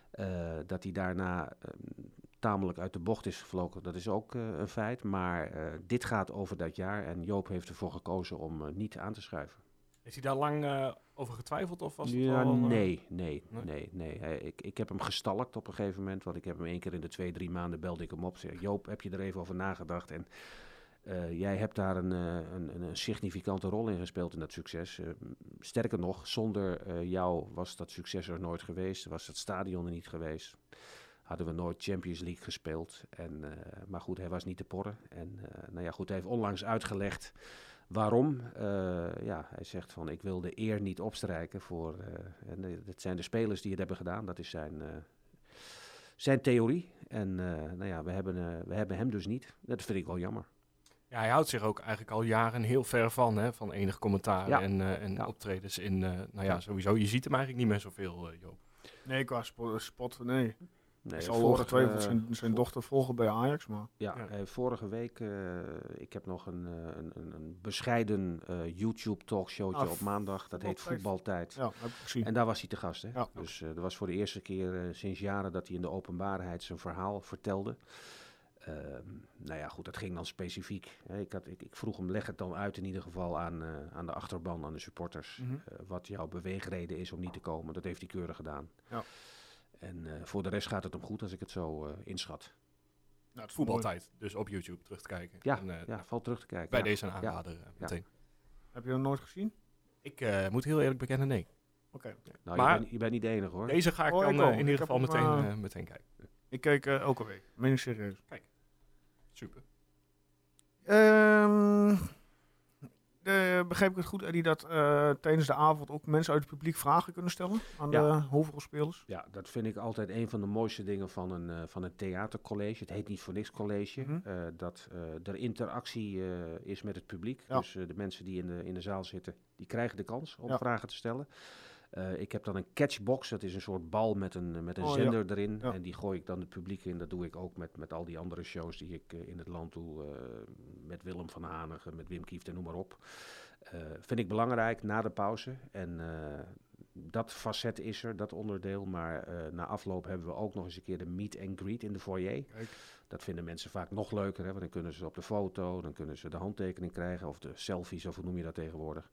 Uh, dat hij daarna uh, tamelijk uit de bocht is gevlogen, dat is ook uh, een feit. Maar uh, dit gaat over dat jaar en Joop heeft ervoor gekozen om uh, niet aan te schuiven. Heeft hij daar lang uh, over getwijfeld of was het ja, al... Uh... Nee, nee, nee, nee. nee. Hij, ik, ik heb hem gestalkt op een gegeven moment, want ik heb hem één keer in de twee, drie maanden belde ik hem op. Zeg, Joop, heb je er even over nagedacht? En uh, jij hebt daar een, uh, een, een significante rol in gespeeld in dat succes. Uh, sterker nog, zonder uh, jou was dat succes er nooit geweest, was het stadion er niet geweest. Hadden we nooit Champions League gespeeld. En, uh, maar goed, hij was niet te porren. En uh, nou ja, goed, hij heeft onlangs uitgelegd waarom. Uh, ja, hij zegt van, ik wil de eer niet opstrijken voor... Uh, en uh, dat zijn de spelers die het hebben gedaan. Dat is zijn, uh, zijn theorie. En uh, nou ja, we hebben, uh, we hebben hem dus niet. Dat vind ik wel jammer. Ja, hij houdt zich ook eigenlijk al jaren heel ver van, hè, van enig commentaar ja. en, uh, en ja. optredens in... Uh, nou ja, ja, sowieso, je ziet hem eigenlijk niet meer zoveel, uh, Joop. Nee, qua spot, spot nee. Nee, ik zal ongetwijfeld zijn, zijn dochter volgen bij Ajax, maar... Ja, ja. Uh, vorige week, uh, ik heb nog een, uh, een, een, een bescheiden uh, YouTube-talkshowtje ah, op maandag. Dat heet Voetbaltijd. Ja, heb ik gezien. En daar was hij te gast, hè? Ja. Dus uh, dat was voor de eerste keer uh, sinds jaren dat hij in de openbaarheid zijn verhaal vertelde. Uh, nou ja, goed, dat ging dan specifiek. Hè. Ik, had, ik, ik vroeg hem, leg het dan uit in ieder geval aan, uh, aan de achterban, aan de supporters. Mm-hmm. Uh, wat jouw beweegreden is om niet te komen. Dat heeft hij keurig gedaan. Ja. En uh, voor de rest gaat het hem goed als ik het zo uh, inschat. Nou, het voetbaltijd, dus op YouTube terug te kijken. Ja, en, uh, ja valt terug te kijken. Bij ja. deze aanrader ja. uh, meteen. Ja. Heb je dat nooit gezien? Ik uh, moet heel eerlijk bekennen, nee. Oké. Okay. Nou, maar je bent, je bent niet de enige hoor. Deze ga ik oh, dan ik uh, in ieder geval meteen, uh, uh, meteen kijken. Ik kijk uh, elke week, meen ik serieus. Kijk, super. Um, de, begreep ik het goed, Eddie, dat uh, tijdens de avond ook mensen uit het publiek vragen kunnen stellen aan ja. de hoofdrolspelers? Ja, dat vind ik altijd een van de mooiste dingen van een, uh, van een theatercollege. Het heet niet voor niks college. Mm-hmm. Uh, dat uh, er interactie uh, is met het publiek. Ja. Dus uh, de mensen die in de, in de zaal zitten, die krijgen de kans om ja. vragen te stellen. Uh, ik heb dan een catchbox, dat is een soort bal met een, met een oh, zender ja. erin. Ja. En die gooi ik dan het publiek in. Dat doe ik ook met, met al die andere shows die ik uh, in het land doe. Uh, met Willem van Hanegem, met Wim Kieft en noem maar op. Uh, vind ik belangrijk na de pauze. En uh, dat facet is er, dat onderdeel. Maar uh, na afloop hebben we ook nog eens een keer de meet and greet in de foyer. Kijk. Dat vinden mensen vaak nog leuker. Hè? Want dan kunnen ze op de foto, dan kunnen ze de handtekening krijgen. Of de selfies, of hoe noem je dat tegenwoordig.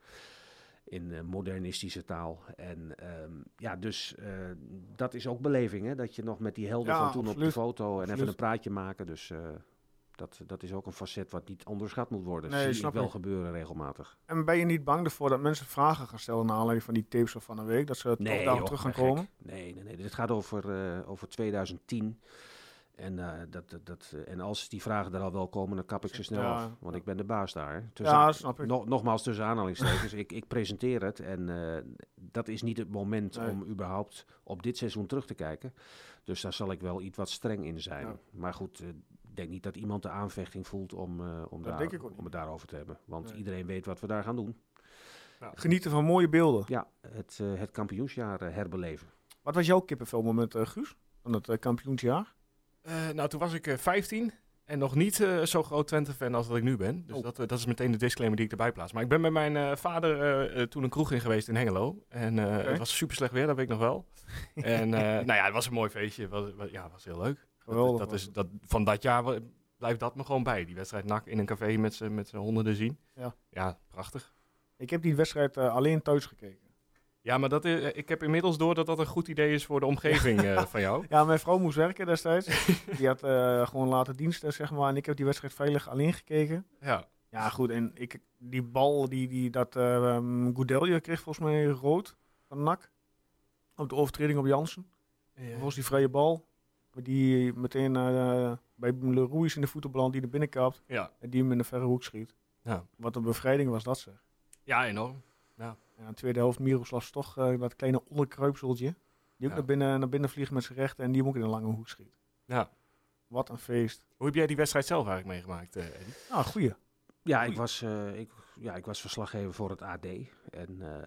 In uh, modernistische taal. En um, ja, dus uh, dat is ook beleving, hè? Dat je nog met die helden ja, van toen absoluut. Op de foto en absoluut. Even een praatje maken. Dus uh, dat, dat is ook een facet wat niet onderschat moet worden. Nee, zie ik wel ik. gebeuren regelmatig. En ben je niet bang ervoor dat mensen vragen gaan stellen naar aanleiding van die tapes van een week? Dat ze nee, toch daar terug gaan komen? Nee, nee, nee. Dit gaat over, uh, over twintig tien. En, uh, dat, dat, dat, uh, en als die vragen er al wel komen, dan kap ik ze snel ja, af. Want ja. ik ben de baas daar. Tussen, ja, snap ik. No, nogmaals tussen aanhalingstekens. ik, ik presenteer het. En uh, dat is niet het moment nee. om überhaupt op dit seizoen terug te kijken. Dus daar zal ik wel iets wat streng in zijn. Ja. Maar goed, uh, ik denk niet dat iemand de aanvechting voelt om, uh, om, daar, om het daarover te hebben. Want nee. iedereen weet wat we daar gaan doen. Ja. Genieten van mooie beelden. Ja, het, uh, het kampioensjaar uh, herbeleven. Wat was jouw kippenvelmoment, uh, Guus? Van het uh, kampioensjaar? Uh, nou, toen was ik uh, vijftien en nog niet uh, zo groot Twente-fan als dat ik nu ben. Dus oh. dat, uh, dat is meteen de disclaimer die ik erbij plaats. Maar ik ben met mijn uh, vader uh, uh, toen een kroeg in geweest in Hengelo. En uh, okay. Het was super slecht weer, dat weet ik nog wel. En uh, nou ja, het was een mooi feestje. Was, was, ja, was heel leuk. Geweldig, dat, dat is, dat, van dat jaar blijft dat me gewoon bij. Die wedstrijd N A C in een café met z'n honderden zien. Ja. Ja, prachtig. Ik heb die wedstrijd uh, alleen thuis gekeken. Ja, maar dat is, ik heb inmiddels door dat dat een goed idee is voor de omgeving uh, van jou. Ja, mijn vrouw moest werken destijds. Die had uh, gewoon later diensten, zeg maar. En ik heb die wedstrijd veilig alleen gekeken. Ja. Ja, goed. En ik, die bal, die, die dat uh, um, Goudelje kreeg volgens mij rood van N A C. Op de overtreding op Jansen. Ja. Volgens die vrije bal. Die meteen uh, bij Le Ruiz in de voeten belandt, die er binnen kapt. Ja. En die hem in de verre hoek schiet. Ja. Wat een bevrijding was dat, zeg. Ja, enorm. Ja. Ja, in de tweede helft Miroslav toch uh, dat kleine onderkruipseltje. Die ook ja. naar, binnen, naar binnen vliegt met zijn rechter en die hem ook in een lange hoek schiet. Ja. Wat een feest. Hoe heb jij die wedstrijd zelf eigenlijk meegemaakt, uh, Eddie? Nou, goeie. Ja, ik was, uh, ik, ja, ik was verslaggever voor het A D. En uh,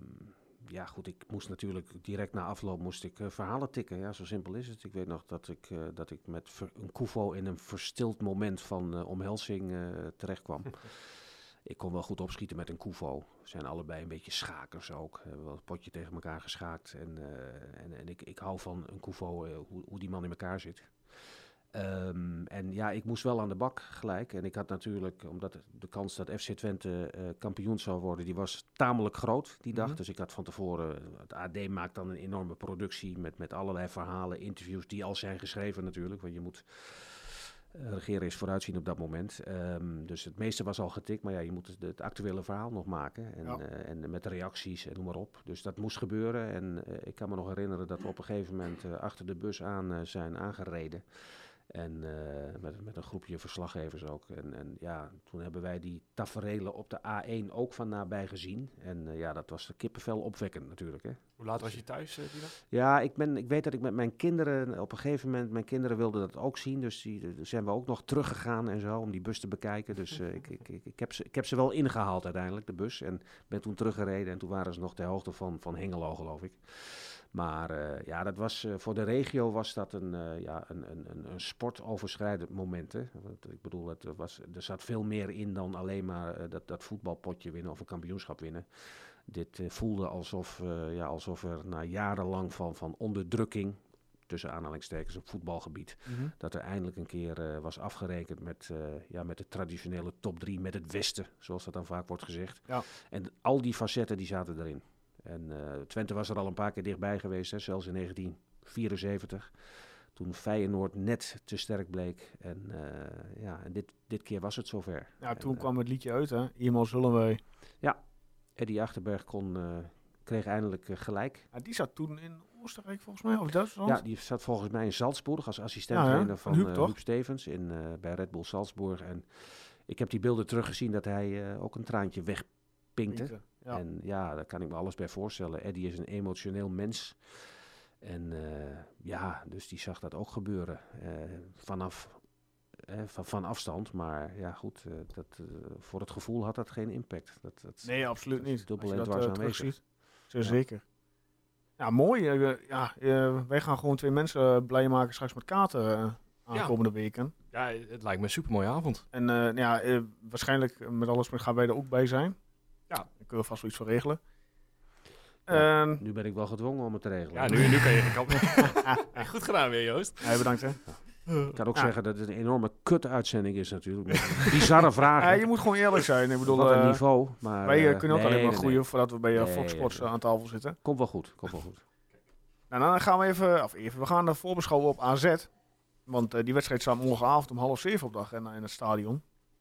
ja, goed, ik moest natuurlijk direct na afloop moest ik uh, verhalen tikken. Ja, zo simpel is het. Ik weet nog dat ik, uh, dat ik met ver, een Koufo in een verstild moment van uh, omhelzing uh, terecht kwam. Ik kon wel goed opschieten met een Koufo. We zijn allebei een beetje schakers ook. We hebben wel een potje tegen elkaar geschaakt. En, uh, en, en ik, ik hou van een Koufo, uh, hoe, hoe die man in elkaar zit. Um, en ja, ik moest wel aan de bak gelijk. En ik had natuurlijk, omdat de kans dat F C Twente uh, kampioen zou worden, die was tamelijk groot die dag. Mm-hmm. Dus ik had van tevoren, het A D maakt dan een enorme productie met, met allerlei verhalen, interviews die al zijn geschreven natuurlijk. Want je moet uh, regeren is vooruitzien op dat moment. Um, dus het meeste was al getikt, maar ja, je moet het, het actuele verhaal nog maken. En, ja. uh, en met reacties en noem maar op. Dus dat moest gebeuren. En uh, ik kan me nog herinneren dat we op een gegeven moment uh, achter de bus aan uh, zijn aangereden. En uh, met, met een groepje verslaggevers ook. En, en ja, toen hebben wij die taferelen op de A één ook van nabij gezien. En uh, ja, dat was de kippenvel opwekkend natuurlijk. Hè. Hoe laat was je thuis, uh, die dag? Ja, ik, ben, ik weet dat ik met mijn kinderen, op een gegeven moment, mijn kinderen wilden dat ook zien. Dus die, zijn we ook nog teruggegaan en zo, om die bus te bekijken. Dus uh, ik, ik, ik, ik, heb ze, ik heb ze wel ingehaald uiteindelijk, de bus. En ben toen teruggereden en toen waren ze nog ter hoogte van, van Hengelo, geloof ik. Maar uh, ja, dat was, uh, voor de regio was dat een, uh, ja, een, een, een, een sportoverschrijdend moment. Hè. Ik bedoel, het was, er zat veel meer in dan alleen maar uh, dat, dat voetbalpotje winnen of een kampioenschap winnen. Dit uh, voelde alsof, uh, ja, alsof er na jarenlang van, van onderdrukking, tussen aanhalingstekens op voetbalgebied, mm-hmm. dat er eindelijk een keer uh, was afgerekend met, uh, ja, met de traditionele top drie, met het Westen, zoals dat dan vaak wordt gezegd. Ja. En al die facetten die zaten erin. En uh, Twente was er al een paar keer dichtbij geweest, hè, zelfs in negentien vierenzeventig. Toen Feyenoord net te sterk bleek. En, uh, ja, en dit, dit keer was het zover. Ja, toen en, kwam het liedje uit, hè? Eenmaal zullen wij. Ja, Eddie Achterberg kon, uh, kreeg eindelijk uh, gelijk. Ja, die zat toen in Oostenrijk volgens mij, of Duitsland? Ja, die zat volgens mij in Salzburg als assistent-trainer ja, van, van Huub, uh, Huub Stevens in, uh, bij Red Bull Salzburg. En ik heb die beelden teruggezien dat hij uh, ook een traantje wegpinkte. Pinkte. Ja. En ja, daar kan ik me alles bij voorstellen. Eddie is een emotioneel mens. En uh, ja, dus die zag dat ook gebeuren. Uh, vanaf, eh, van, van afstand. Maar ja, goed, uh, dat, uh, voor het gevoel had dat geen impact. Dat, dat, nee, absoluut dat niet. Dubbel en dwars aanwezig. Zeer ja. Zeker. Ja, mooi. Uh, ja, uh, wij gaan gewoon twee mensen blij maken straks met kaarten uh, aankomende ja. weken. Ja, het lijkt me een supermooie avond. En uh, ja, uh, waarschijnlijk met alles gaan wij er ook bij zijn. Ja, daar kunnen we vast wel iets voor regelen. Ja, uh, nu ben ik wel gedwongen om het te regelen. Ja, nu, nu kan je gekant. Goed gedaan weer, Joost. Ja, bedankt, hè. Ja. Ik kan ook ja. zeggen dat het een enorme kut-uitzending is natuurlijk. Met bizarre vragen. Ja, je moet gewoon eerlijk zijn. Ik bedoel, wat een uh, niveau. Maar, wij uh, kunnen ook nee, alleen maar nee, groeien nee. voordat we bij uh, nee, Fox Sports uh, aan tafel zitten. Komt wel goed, komt wel goed. Nou, dan gaan we even, of even, we gaan de voorbeschouwen op A Z. Want uh, die wedstrijd staat morgenavond om half zeven op de agenda in het stadion.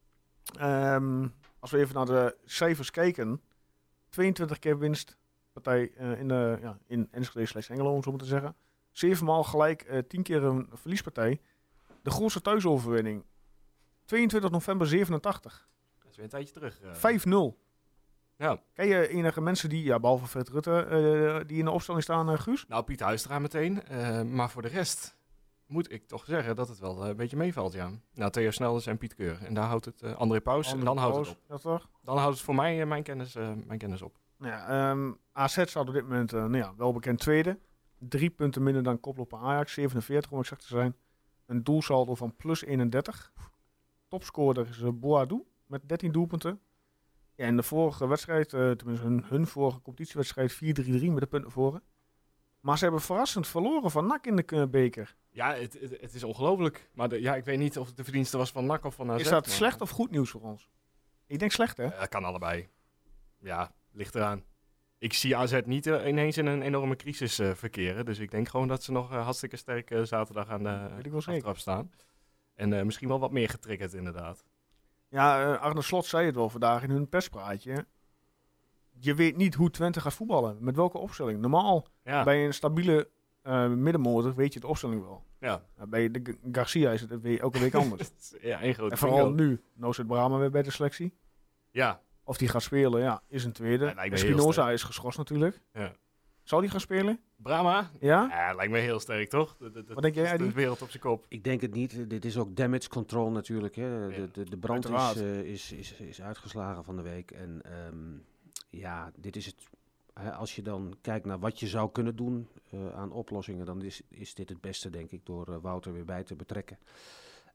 Um, als we even naar de cijfers kijken. tweeëntwintig keer winstpartij uh, in, de, ja, in Enschede slash Hengelo, om zo maar te zeggen. Zevenmaal gelijk, uh, tien keer een verliespartij. De grootste thuisoverwinning. tweeëntwintig november zevenentachtig. Dat is weer een tijdje terug. Uh. vijf nul. Ja. Ken je enige mensen die, ja, behalve Fred Rutte, uh, die in de opstelling staan, uh, Guus? Nou, Piet Huistra meteen. Uh, maar voor de rest moet ik toch zeggen dat het wel uh, een beetje meevalt, ja. Nou, Theo Snelders en Piet Keur. En daar houdt het uh, André Pauws en dan houdt het op. Ja, toch? Dan houdt het voor mij uh, mijn, kennis, uh, mijn kennis op. Nou ja, um, A Z staat op dit moment uh, nou ja, wel bekend tweede. Drie punten minder dan koploper Ajax, zevenenveertig om exact te zijn. Een doelsaldo van plus eenendertig. Topscorer is uh, Boadou met dertien doelpunten. Ja, in de vorige wedstrijd, uh, tenminste hun, hun vorige competitiewedstrijd, vier drie drie met de punten voor. Maar ze hebben verrassend verloren van N A C in de uh, beker. Ja, het, het, het is ongelooflijk. Maar de, ja, ik weet niet of het de verdienste was van N A C of van A Z. Is dat maar... slecht of goed nieuws voor ons? Ik denk slecht, hè? Dat uh, kan allebei. Ja, ligt eraan. Ik zie A Z niet uh, ineens in een enorme crisis uh, verkeren. Dus ik denk gewoon dat ze nog uh, hartstikke sterk uh, zaterdag aan de aftrap staan. En uh, misschien wel wat meer getriggerd, inderdaad. Ja, uh, Arne Slot zei het wel vandaag in hun perspraatje. Je weet niet hoe Twente gaat voetballen. Met welke opstelling. Normaal, ja. bij een stabiele uh, middenmotor weet je de opstelling wel. Ja. Uh, bij de G- Garcia is het elke week anders. Ja, één groot en vooral bingo. Nu. Nou zit Brahma weer bij de selectie. Ja. Of die gaat spelen, ja, is een tweede. Ja, en Spinoza is geschorst natuurlijk. Ja. Zal die gaan spelen? Brahma? Ja? Ja, lijkt me heel sterk, toch? De, de, Wat denk jij, de wereld op zijn kop. Ik denk het niet. Dit is ook damage control natuurlijk. Hè. De, de, de brand is, uh, is, is, is uitgeslagen van de week. En um, ja, dit is het. Hè, als je dan kijkt naar wat je zou kunnen doen uh, aan oplossingen, dan is, is dit het beste, denk ik, door uh, Wouter weer bij te betrekken.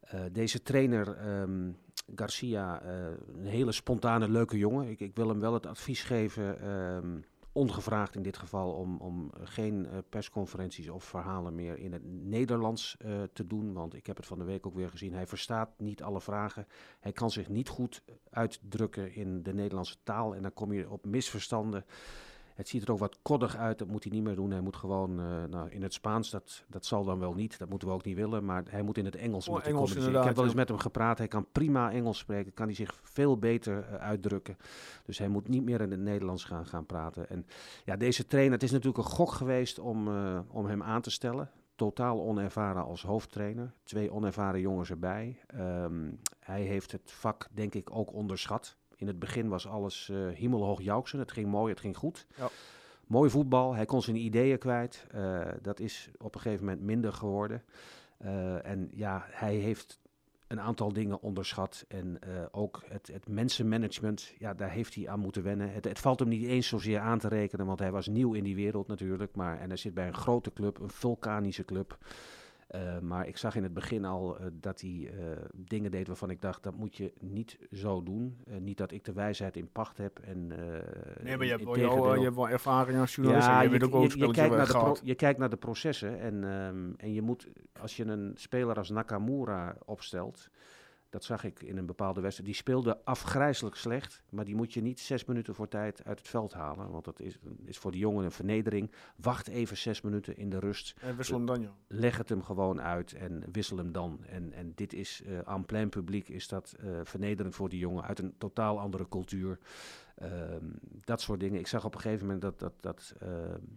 Uh, deze trainer, um, Garcia, uh, een hele spontane, leuke jongen. Ik, ik wil hem wel het advies geven, um, ongevraagd in dit geval, om, om geen uh, persconferenties of verhalen meer in het Nederlands uh, te doen. Want ik heb het van de week ook weer gezien. Hij verstaat niet alle vragen. Hij kan zich niet goed uitdrukken in de Nederlandse taal. En dan kom je op misverstanden. Het ziet er ook wat koddig uit, dat moet hij niet meer doen. Hij moet gewoon uh, nou, in het Spaans, dat, dat zal dan wel niet, dat moeten we ook niet willen. Maar hij moet in het Engels, oh, met Engels Ik heb wel eens ja. met hem gepraat, hij kan prima Engels spreken, kan hij zich veel beter uh, uitdrukken. Dus hij moet niet meer in het Nederlands gaan, gaan praten. En ja, deze trainer, het is natuurlijk een gok geweest om, uh, om hem aan te stellen. Totaal onervaren als hoofdtrainer. Twee onervaren jongens erbij. Um, hij heeft het vak denk ik ook onderschat. In het begin was alles uh, hemelhoog jouwsen. Het ging mooi, het ging goed. Ja. Mooi voetbal, hij kon zijn ideeën kwijt. Uh, dat is op een gegeven moment minder geworden. Uh, en ja, hij heeft een aantal dingen onderschat. En uh, ook het, het mensenmanagement, ja, daar heeft hij aan moeten wennen. Het, het valt hem niet eens zozeer aan te rekenen, want hij was nieuw in die wereld natuurlijk. Maar, en hij zit bij een grote club, een vulkanische club. Uh, maar ik zag in het begin al uh, dat hij uh, dingen deed waarvan ik dacht, dat moet je niet zo doen. Uh, niet dat ik de wijsheid in pacht heb. En, uh, nee, maar je hebt, wel, jou, je hebt wel ervaring als journalist. Ja, en je, je, weet ook je, je, kijkt naar de pro, je kijkt naar de processen. En, um, en je moet, als je een speler als Nakamura opstelt, dat zag ik in een bepaalde wedstrijd, die speelde afgrijselijk slecht, maar die moet je niet zes minuten voor tijd uit het veld halen, want dat is, is voor die jongen een vernedering. Wacht even zes minuten in de rust. En wissel hem dan, ja. Leg het hem gewoon uit en wissel hem dan. En, en dit is, uh, aan plein publiek is dat uh, vernederend voor die jongen, uit een totaal andere cultuur. Uh, dat soort dingen. Ik zag op een gegeven moment dat, dat, dat uh,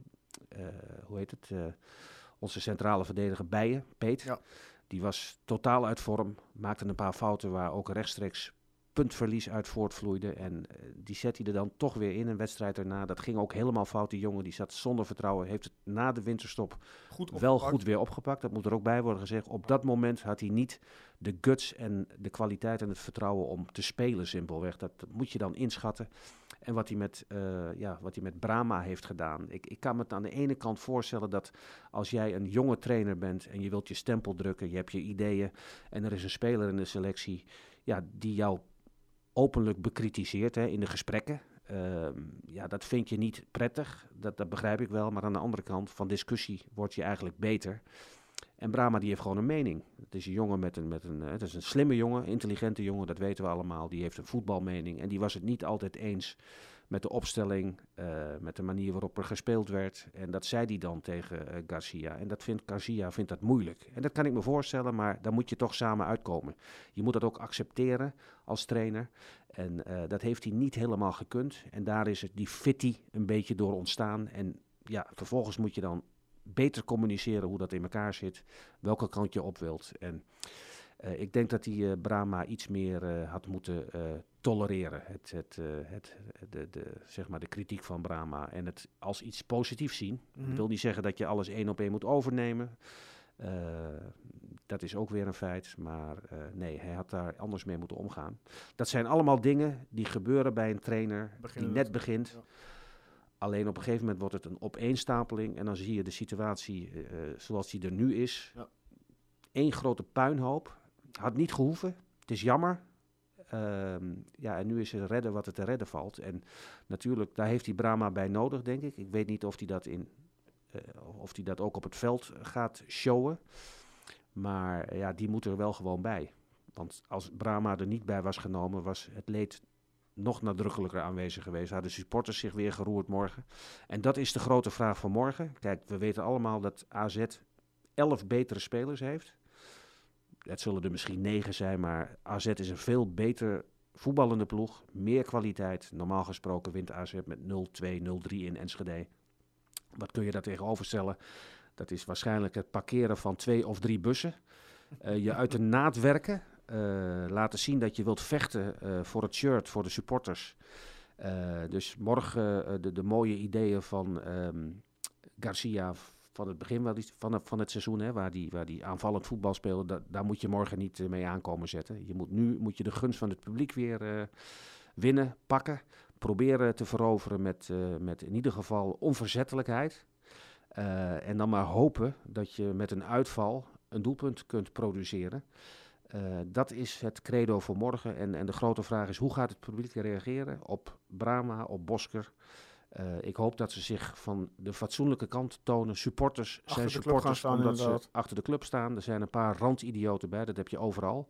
uh, hoe heet het, uh, onze centrale verdediger Bijen, Peet, ja. Die was totaal uit vorm, maakte een paar fouten waar ook rechtstreeks puntverlies uit voortvloeide. En uh, die zet hij er dan toch weer in, een wedstrijd erna. Dat ging ook helemaal fout. Die jongen die zat zonder vertrouwen, heeft het na de winterstop goed wel goed weer opgepakt. Dat moet er ook bij worden gezegd. Op dat moment had hij niet de guts en de kwaliteit en het vertrouwen om te spelen simpelweg. Dat, dat moet je dan inschatten. En wat hij met, uh, ja, wat hij met Brahma heeft gedaan. Ik, ik kan me het aan de ene kant voorstellen dat als jij een jonge trainer bent en je wilt je stempel drukken, je hebt je ideeën en er is een speler in de selectie ja, die jou openlijk bekritiseert hè, in de gesprekken. Uh, ja, dat vind je niet prettig, dat, dat begrijp ik wel. Maar aan de andere kant, van discussie word je eigenlijk beter. En Brahma die heeft gewoon een mening. Het is een jongen met een, met een, het is een slimme jongen, intelligente jongen, dat weten we allemaal. Die heeft een voetbalmening en die was het niet altijd eens met de opstelling, uh, met de manier waarop er gespeeld werd. En dat zei hij dan tegen uh, Garcia. En dat vindt Garcia vindt dat moeilijk. En dat kan ik me voorstellen, maar daar moet je toch samen uitkomen. Je moet dat ook accepteren als trainer. En uh, dat heeft hij niet helemaal gekund. En daar is het die fitty een beetje door ontstaan. En ja, vervolgens moet je dan beter communiceren hoe dat in elkaar zit, welke kant je op wilt. En uh, ik denk dat die uh, Brahma iets meer uh, had moeten uh, tolereren. Het, het, uh, het, de, de, zeg maar de kritiek van Brahma en het als iets positiefs zien. Mm-hmm. Ik wil niet zeggen dat je alles één op één moet overnemen. Uh, dat is ook weer een feit, maar uh, nee, hij had daar anders mee moeten omgaan. Dat zijn allemaal dingen die gebeuren bij een trainer Beginnen die net het. begint. Ja. Alleen op een gegeven moment wordt het een opeenstapeling en dan zie je de situatie uh, zoals die er nu is. Ja. Eén grote puinhoop. Had niet gehoeven. Het is jammer. Uh, ja, en nu is het redden wat er te redden valt. En natuurlijk, daar heeft hij Brahma bij nodig, denk ik. Ik weet niet of hij dat, in, uh, of hij dat ook op het veld gaat showen. Maar ja, die moet er wel gewoon bij. Want als Brahma er niet bij was genomen, was het leed nog nadrukkelijker aanwezig geweest. Hadden supporters zich weer geroerd morgen. En dat is de grote vraag van morgen. Kijk, we weten allemaal dat A Z elf betere spelers heeft. Het zullen er misschien negen zijn, maar A Z is een veel beter voetballende ploeg. Meer kwaliteit. Normaal gesproken wint A Z met nul twee, nul drie in Enschede. Wat kun je daar tegenover stellen? Dat is waarschijnlijk het parkeren van twee of drie bussen. Uh, je uit de naad werken. Uh, laten zien dat je wilt vechten uh, voor het shirt, voor de supporters. Uh, dus morgen uh, de, de mooie ideeën van um, Garcia van het begin van het, van het seizoen, hè, waar die, waar die aanvallend voetbal speelde, da, daar moet je morgen niet uh, mee aankomen zetten. Je moet nu moet je de gunst van het publiek weer uh, winnen, pakken. Proberen te veroveren met, uh, met in ieder geval onverzettelijkheid. Uh, en dan maar hopen dat je met een uitval een doelpunt kunt produceren. Uh, dat is het credo voor morgen. En, en de grote vraag is, hoe gaat het publiek reageren op Brama, op Bosker? Uh, ik hoop dat ze zich van de fatsoenlijke kant tonen. Supporters achter zijn supporters staan, omdat inderdaad. ze achter de club staan. Er zijn een paar randidioten bij, dat heb je overal.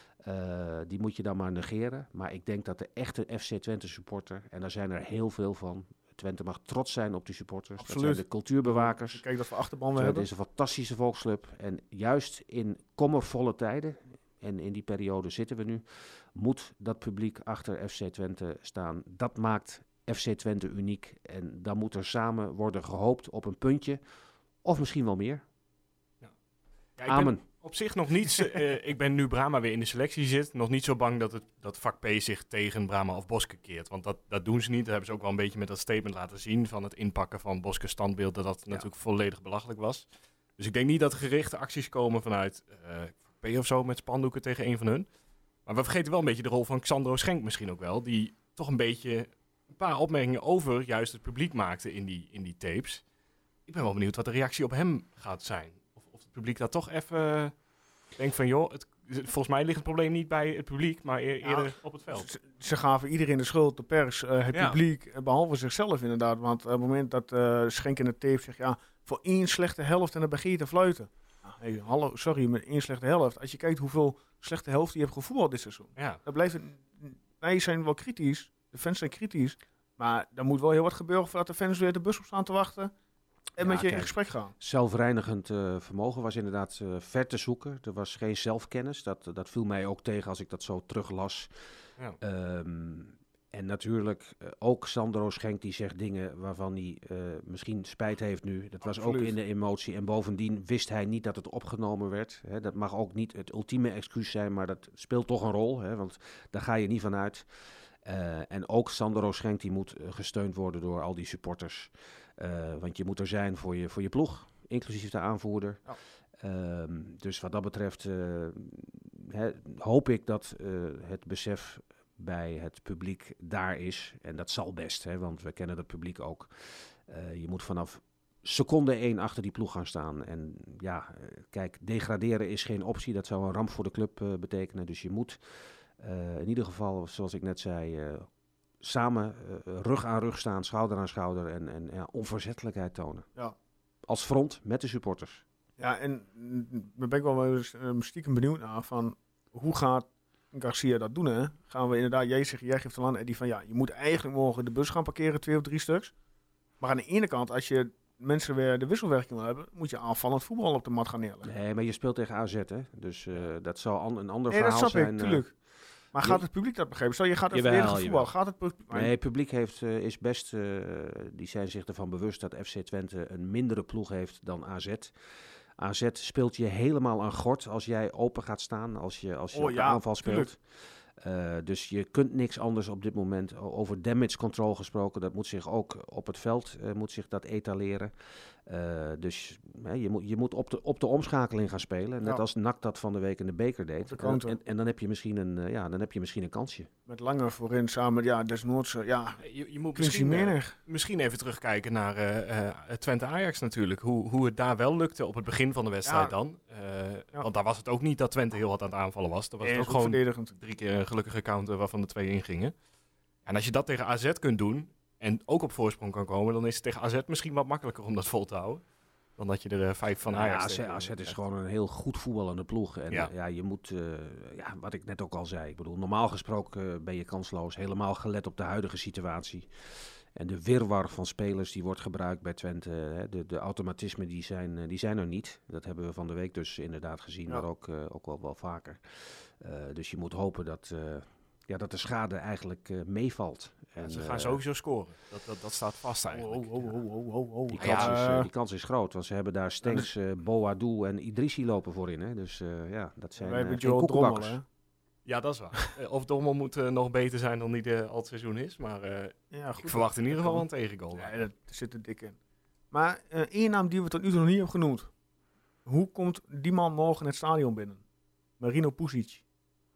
Uh, die moet je dan maar negeren. Maar ik denk dat de echte F C Twente supporter, en daar zijn er heel veel van. Twente mag trots zijn op die supporters. Absoluut. Dat zijn de cultuurbewakers. Kijk dat we achterban we Het hebben. is een fantastische volksclub. En juist in kommervolle tijden, en in die periode zitten we nu, moet dat publiek achter F C Twente staan. Dat maakt F C Twente uniek. En dan moet er samen worden gehoopt op een puntje. Of misschien wel meer. Ja. Ja, ik Amen. Ben op zich nog niet... uh, ik ben nu Brama weer in de selectie zit. Nog niet zo bang dat het dat vak P zich tegen Brama of Bosker keert. Want dat, dat doen ze niet. Dat hebben ze ook wel een beetje met dat statement laten zien. Van het inpakken van Boskers standbeeld. Dat dat ja. natuurlijk volledig belachelijk was. Dus ik denk niet dat er gerichte acties komen vanuit uh, P of zo met spandoeken tegen een van hun. Maar we vergeten wel een beetje de rol van Xandro Schenk misschien ook wel. Die toch een beetje een paar opmerkingen over juist het publiek maakte in die, in die tapes. Ik ben wel benieuwd wat de reactie op hem gaat zijn. Of, of het publiek daar toch even uh, denkt van joh, het, volgens mij ligt het probleem niet bij het publiek, maar eer, eerder ja, op het veld. Ze, ze gaven iedereen de schuld, de pers, uh, het ja. publiek, behalve zichzelf inderdaad. Want op het moment dat uh, Schenk in de tape zegt, ja, voor één slechte helft en dan begin je te fluiten. Hey, hallo, sorry, met één slechte helft. Als je kijkt hoeveel slechte helft je hebt gevoetbald dit seizoen. Ja. Dan blijft het, wij zijn wel kritisch, de fans zijn kritisch, maar er moet wel heel wat gebeuren voordat de fans weer de bus op staan te wachten en ja, met je kijk, in gesprek gaan. Zelfreinigend uh, vermogen was inderdaad uh, ver te zoeken. Er was geen zelfkennis. Dat, dat viel mij ook tegen als ik dat zo teruglas. Ja. Um, en natuurlijk uh, ook Sandro Schenk die zegt dingen waarvan hij uh, misschien spijt heeft nu. Dat was Absoluut. Ook in de emotie. En bovendien wist hij niet dat het opgenomen werd. Hè. Dat mag ook niet het ultieme excuus zijn, maar dat speelt toch een rol. Hè, want daar ga je niet van uit. Uh, en ook Sandro Schenk die moet uh, gesteund worden door al die supporters. Uh, want je moet er zijn voor je, voor je ploeg, inclusief de aanvoerder. Ja. Um, dus wat dat betreft uh, he, hoop ik dat uh, het besef bij het publiek daar is. En dat zal best, hè, want we kennen het publiek ook. Uh, je moet vanaf seconde één achter die ploeg gaan staan. En ja, uh, kijk, degraderen is geen optie. Dat zou een ramp voor de club uh, betekenen. Dus je moet uh, in ieder geval, zoals ik net zei, uh, samen uh, rug aan rug staan, schouder aan schouder en, en ja, onverzettelijkheid tonen. Ja. Als front met de supporters. Ja, en daar ben ik wel eens uh, stiekem benieuwd naar van hoe gaat Garcia dat doen, hè? Gaan we inderdaad, jij zegt, jij geeft aan Eddie van ja, je moet eigenlijk morgen de bus gaan parkeren, twee of drie stuks. Maar aan de ene kant, als je mensen weer de wisselwerking wil hebben, moet je aanvallend voetbal op de mat gaan neerleggen. Nee, maar je speelt tegen A Z, hè? Dus uh, dat zal an- een ander nee, verhaal zijn. Nee, dat snap zijn, ik, tuurlijk. Uh, Maar gaat het publiek dat begrijpen? Stel, je gaat het verdedigend voetbal. Gaat het publiek... Nee, het publiek heeft, uh, is best... Uh, die zijn zich ervan bewust dat F C Twente een mindere ploeg heeft dan A Z. A Z speelt je helemaal aan gort als jij open gaat staan, als je, als je oh, op de ja, aanval speelt. Uh, dus je kunt niks anders op dit moment. Over damage control gesproken, dat moet zich ook op het veld uh, moet zich dat etaleren. Uh, dus hè, je moet, je moet op, de, op de omschakeling gaan spelen. Net ja. als N A C dat van de week in de beker deed. De en, en, en dan heb je misschien een, uh, ja, dan heb je misschien een kansje. Met Lange voorin samen, ja, desnoods, uh, ja. Je, je moet misschien, uh, misschien even terugkijken naar uh, uh, Twente Ajax natuurlijk. Hoe, hoe het daar wel lukte op het begin van de wedstrijd ja. dan. Uh, ja. Want daar was het ook niet dat Twente heel hard aan het aanvallen was. Daar was nee, het ook gewoon drie keer een gelukkige counter waarvan de twee ingingen. En als je dat tegen A Z kunt doen en ook op voorsprong kan komen, dan is het tegen A Z misschien wat makkelijker om dat vol te houden. Dan dat je er uh, vijf van Ajax ja, A Z is gewoon een heel goed voetballende ploeg. En ja, ja je moet, uh, ja, wat ik net ook al zei, ik bedoel, normaal gesproken uh, ben je kansloos. Helemaal gelet op de huidige situatie. En de wirwar van spelers die wordt gebruikt bij Twente, hè, de, de automatismen die zijn, uh, die zijn er niet. Dat hebben we van de week dus inderdaad gezien, ja. maar ook, uh, ook wel, wel vaker. Uh, dus je moet hopen dat... Uh, Ja, dat de schade eigenlijk uh, meevalt. En, ja, ze gaan uh, sowieso scoren. Dat, dat, dat staat vast eigenlijk. Oh, oh, oh, oh, oh, oh. Die, kans ja. is, uh, die kans is groot. Want ze hebben daar Stenks, uh, Boadou en Idrissi lopen voorin. Hè? Dus uh, ja, dat zijn uh, geen koekenbakkers. Ja, dat is waar. uh, of Drommel moet uh, nog beter zijn dan die uh, al het seizoen is. Maar uh, ja, goed, ik verwacht in ieder geval een tegengoal. Ja, dat zit er dik in. Maar uh, één naam die we tot nu toe nog niet hebben genoemd. Hoe komt die man morgen in het stadion binnen? Marino Pusic.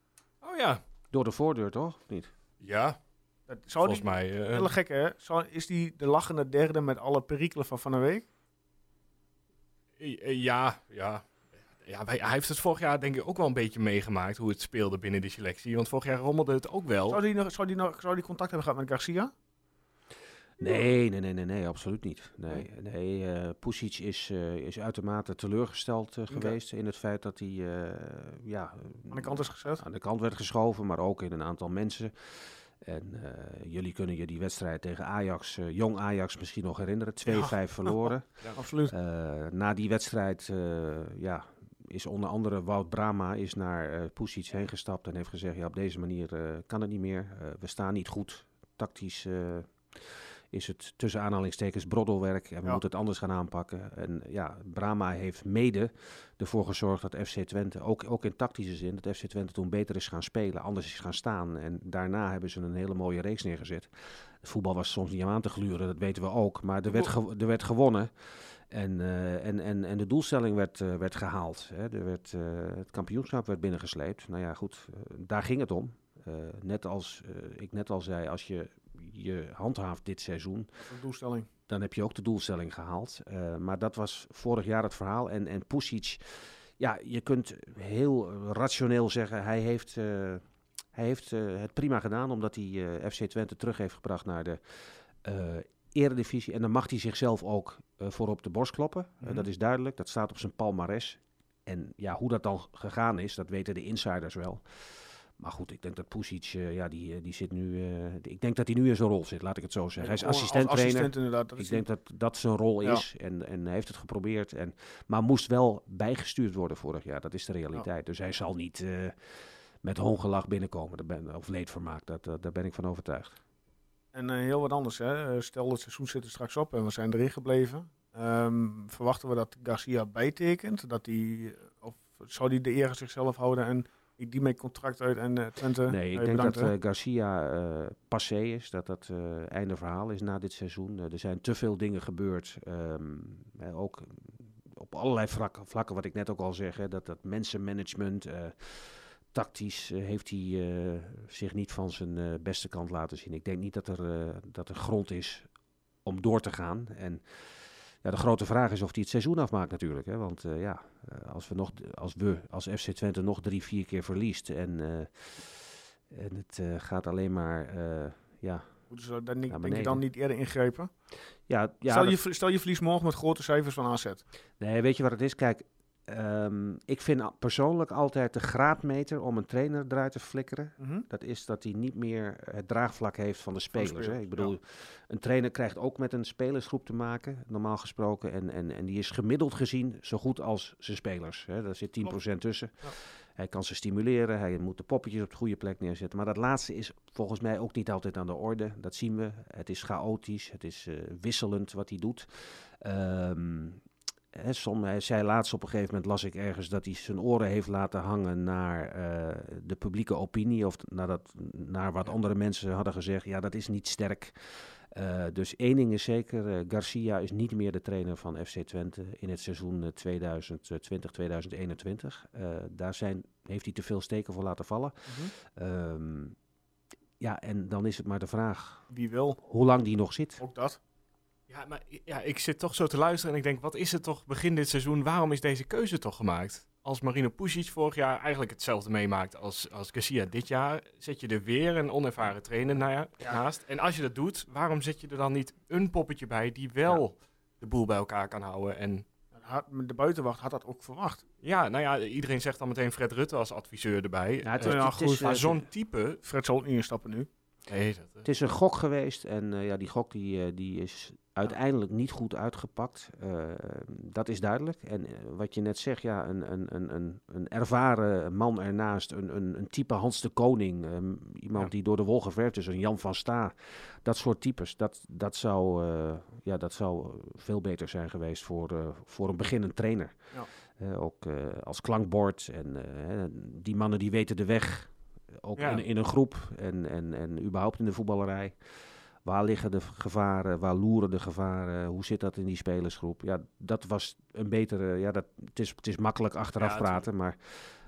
Oh ja. Door de voordeur, toch? Of niet? Ja, dat, zou volgens die, mij... Uh, hele gek, hè? Zou, is die de lachende derde met alle perikelen van van de week? Uh, uh, ja, ja. Ja, wij, hij heeft het vorig jaar denk ik ook wel een beetje meegemaakt hoe het speelde binnen de selectie. Want vorig jaar rommelde het ook wel. Zou die, nog, zou die, nog, zou die contact hebben gehad met Garcia? Nee, nee, nee, nee, nee, absoluut niet. Nee, nee uh, Pusic is, uh, is uitermate teleurgesteld uh, okay. geweest in het feit dat hij uh, ja, aan de kant is gezet. Aan de kant werd geschoven, maar ook in een aantal mensen. En uh, jullie kunnen je die wedstrijd tegen Ajax, uh, jong Ajax misschien nog herinneren. twee vijf ja. verloren. Ja, absoluut. Uh, na die wedstrijd uh, ja, is onder andere Wout Brama is naar uh, Pusic heen gestapt en heeft gezegd, ja, op deze manier uh, kan het niet meer. Uh, we staan niet goed. Tactisch uh, is het tussen aanhalingstekens broddelwerk en we ja. moeten het anders gaan aanpakken. En ja, Brama heeft mede ervoor gezorgd dat F C Twente, ook, ook in tactische zin, dat F C Twente toen beter is gaan spelen, anders is gaan staan. En daarna hebben ze een hele mooie reeks neergezet. Het voetbal was soms niet aan te gluren, dat weten we ook. Maar er werd, ge- er werd gewonnen. En, uh, en, en, en de doelstelling werd, uh, werd gehaald. Hè. Er werd, uh, het kampioenschap werd binnengesleept. Nou ja, goed, uh, daar ging het om. Uh, net als uh, ik net al zei, als je je handhaaft dit seizoen, de doelstelling. Dan heb je ook de doelstelling gehaald. Uh, maar dat was vorig jaar het verhaal. En, en Pusic, ja, je kunt heel rationeel zeggen, hij heeft, uh, hij heeft uh, het prima gedaan, omdat hij uh, F C Twente terug heeft gebracht naar de uh, Eredivisie. En dan mag hij zichzelf ook uh, voor op de borst kloppen. Mm-hmm. Uh, dat is duidelijk, dat staat op zijn palmares. En ja, hoe dat dan gegaan is, dat weten de insiders wel. Maar goed, ik denk dat Pusic, uh, ja, die, die zit nu... Uh, die, ik denk dat hij nu in zijn rol zit, laat ik het zo zeggen. Ja, hij is assistent-trainer. Assistent ik denk dat dat zijn rol ja. is. En, en hij heeft het geprobeerd. En, maar moest wel bijgestuurd worden vorig jaar. Dat is de realiteit. Ja. Dus hij zal niet uh, met hoongelach binnenkomen. Daar ben, of leedvermaak. Dat, uh, daar ben ik van overtuigd. En uh, heel wat anders. Hè? Stel, het seizoen zit er straks op en we zijn erin gebleven. Um, verwachten we dat Garcia bijtekent? Dat die, of zou hij de eer aan zichzelf houden en... Ik die met contract uit en uh, Twente. Nee, ik denk bedankt, dat uh, Garcia uh, passé is. Dat dat uh, einde verhaal is na dit seizoen. Uh, er zijn te veel dingen gebeurd. Um, uh, ook op allerlei vlakken, vlakken, wat ik net ook al zeg. Hè, dat, dat mensenmanagement, uh, tactisch uh, heeft hij uh, zich niet van zijn uh, beste kant laten zien. Ik denk niet dat er, uh, dat er grond is om door te gaan. En ja, de grote vraag is of hij het seizoen afmaakt natuurlijk. Hè? Want uh, ja, uh, als we nog, als we als F C Twente nog drie, vier keer verliest en, uh, en het uh, gaat alleen maar, uh, ja. Moeten ze dan niet, denk je dan niet eerder ingrepen? Ja, ja, stel, dat... je, stel je verliest morgen met grote cijfers van A Z. Nee, weet je wat het is? Kijk, um, ik vind persoonlijk altijd de graadmeter om een trainer eruit te flikkeren. Mm-hmm. Dat is dat hij niet meer het draagvlak heeft van de spelers. Van de spelers hè? Ik bedoel, ja. Een trainer krijgt ook met een spelersgroep te maken, normaal gesproken. En, en, en die is gemiddeld gezien zo goed als zijn spelers. Hè? Daar zit tien procent tussen. Ja. Hij kan ze stimuleren, hij moet de poppetjes op de goede plek neerzetten. Maar dat laatste is volgens mij ook niet altijd aan de orde. Dat zien we. Het is chaotisch, het is uh, wisselend wat hij doet. Um, He, som, hij zei laatst op een gegeven moment, las ik ergens, dat hij zijn oren heeft laten hangen naar uh, de publieke opinie. Of naar, dat, naar wat andere mensen hadden gezegd. Ja, dat is niet sterk. Uh, dus één ding is zeker, uh, Garcia is niet meer de trainer van F C Twente in het seizoen uh, twintig twintig tweeduizend eenentwintig. Uh, daar zijn, heeft hij te veel steken voor laten vallen. Mm-hmm. Um, ja, en dan is het maar de vraag, wie wil, hoe lang die nog zit. Ook dat. Ja, maar ja, ik zit toch zo te luisteren en ik denk, wat is het toch begin dit seizoen? Waarom is deze keuze toch gemaakt? Als Marino Pusic vorig jaar eigenlijk hetzelfde meemaakt als, als Garcia dit jaar, zet je er weer een onervaren trainer na, ja. naast. En als je dat doet, waarom zet je er dan niet een poppetje bij die wel ja. de boel bij elkaar kan houden? En de buitenwacht had dat ook verwacht. Ja, nou ja, iedereen zegt dan meteen Fred Rutte als adviseur erbij. Ja, het is, uh, ja, goed, maar zo'n type... Fred zal ook niet instappen nu. Nee, dat, uh... Het is een gok geweest en uh, ja, die gok die, uh, die is uiteindelijk niet goed uitgepakt. Uh, dat is duidelijk. En uh, wat je net zegt, ja, een, een, een, een, een ervaren man ernaast, een, een, een type Hans de Koning, um, iemand ja. die door de wol geverfd is, een Jan van Sta, dat soort types, dat, dat, zou, uh, ja, dat zou veel beter zijn geweest voor, uh, voor een beginnend trainer. Ja. Uh, ook uh, als klankbord en uh, die mannen die weten de weg, ook ja. in, in een groep en, en, en überhaupt in de voetballerij. Waar liggen de gevaren? Waar loeren de gevaren? Hoe zit dat in die spelersgroep? Ja, dat was een betere... Ja, dat, het, is, het is makkelijk achteraf ja, praten, maar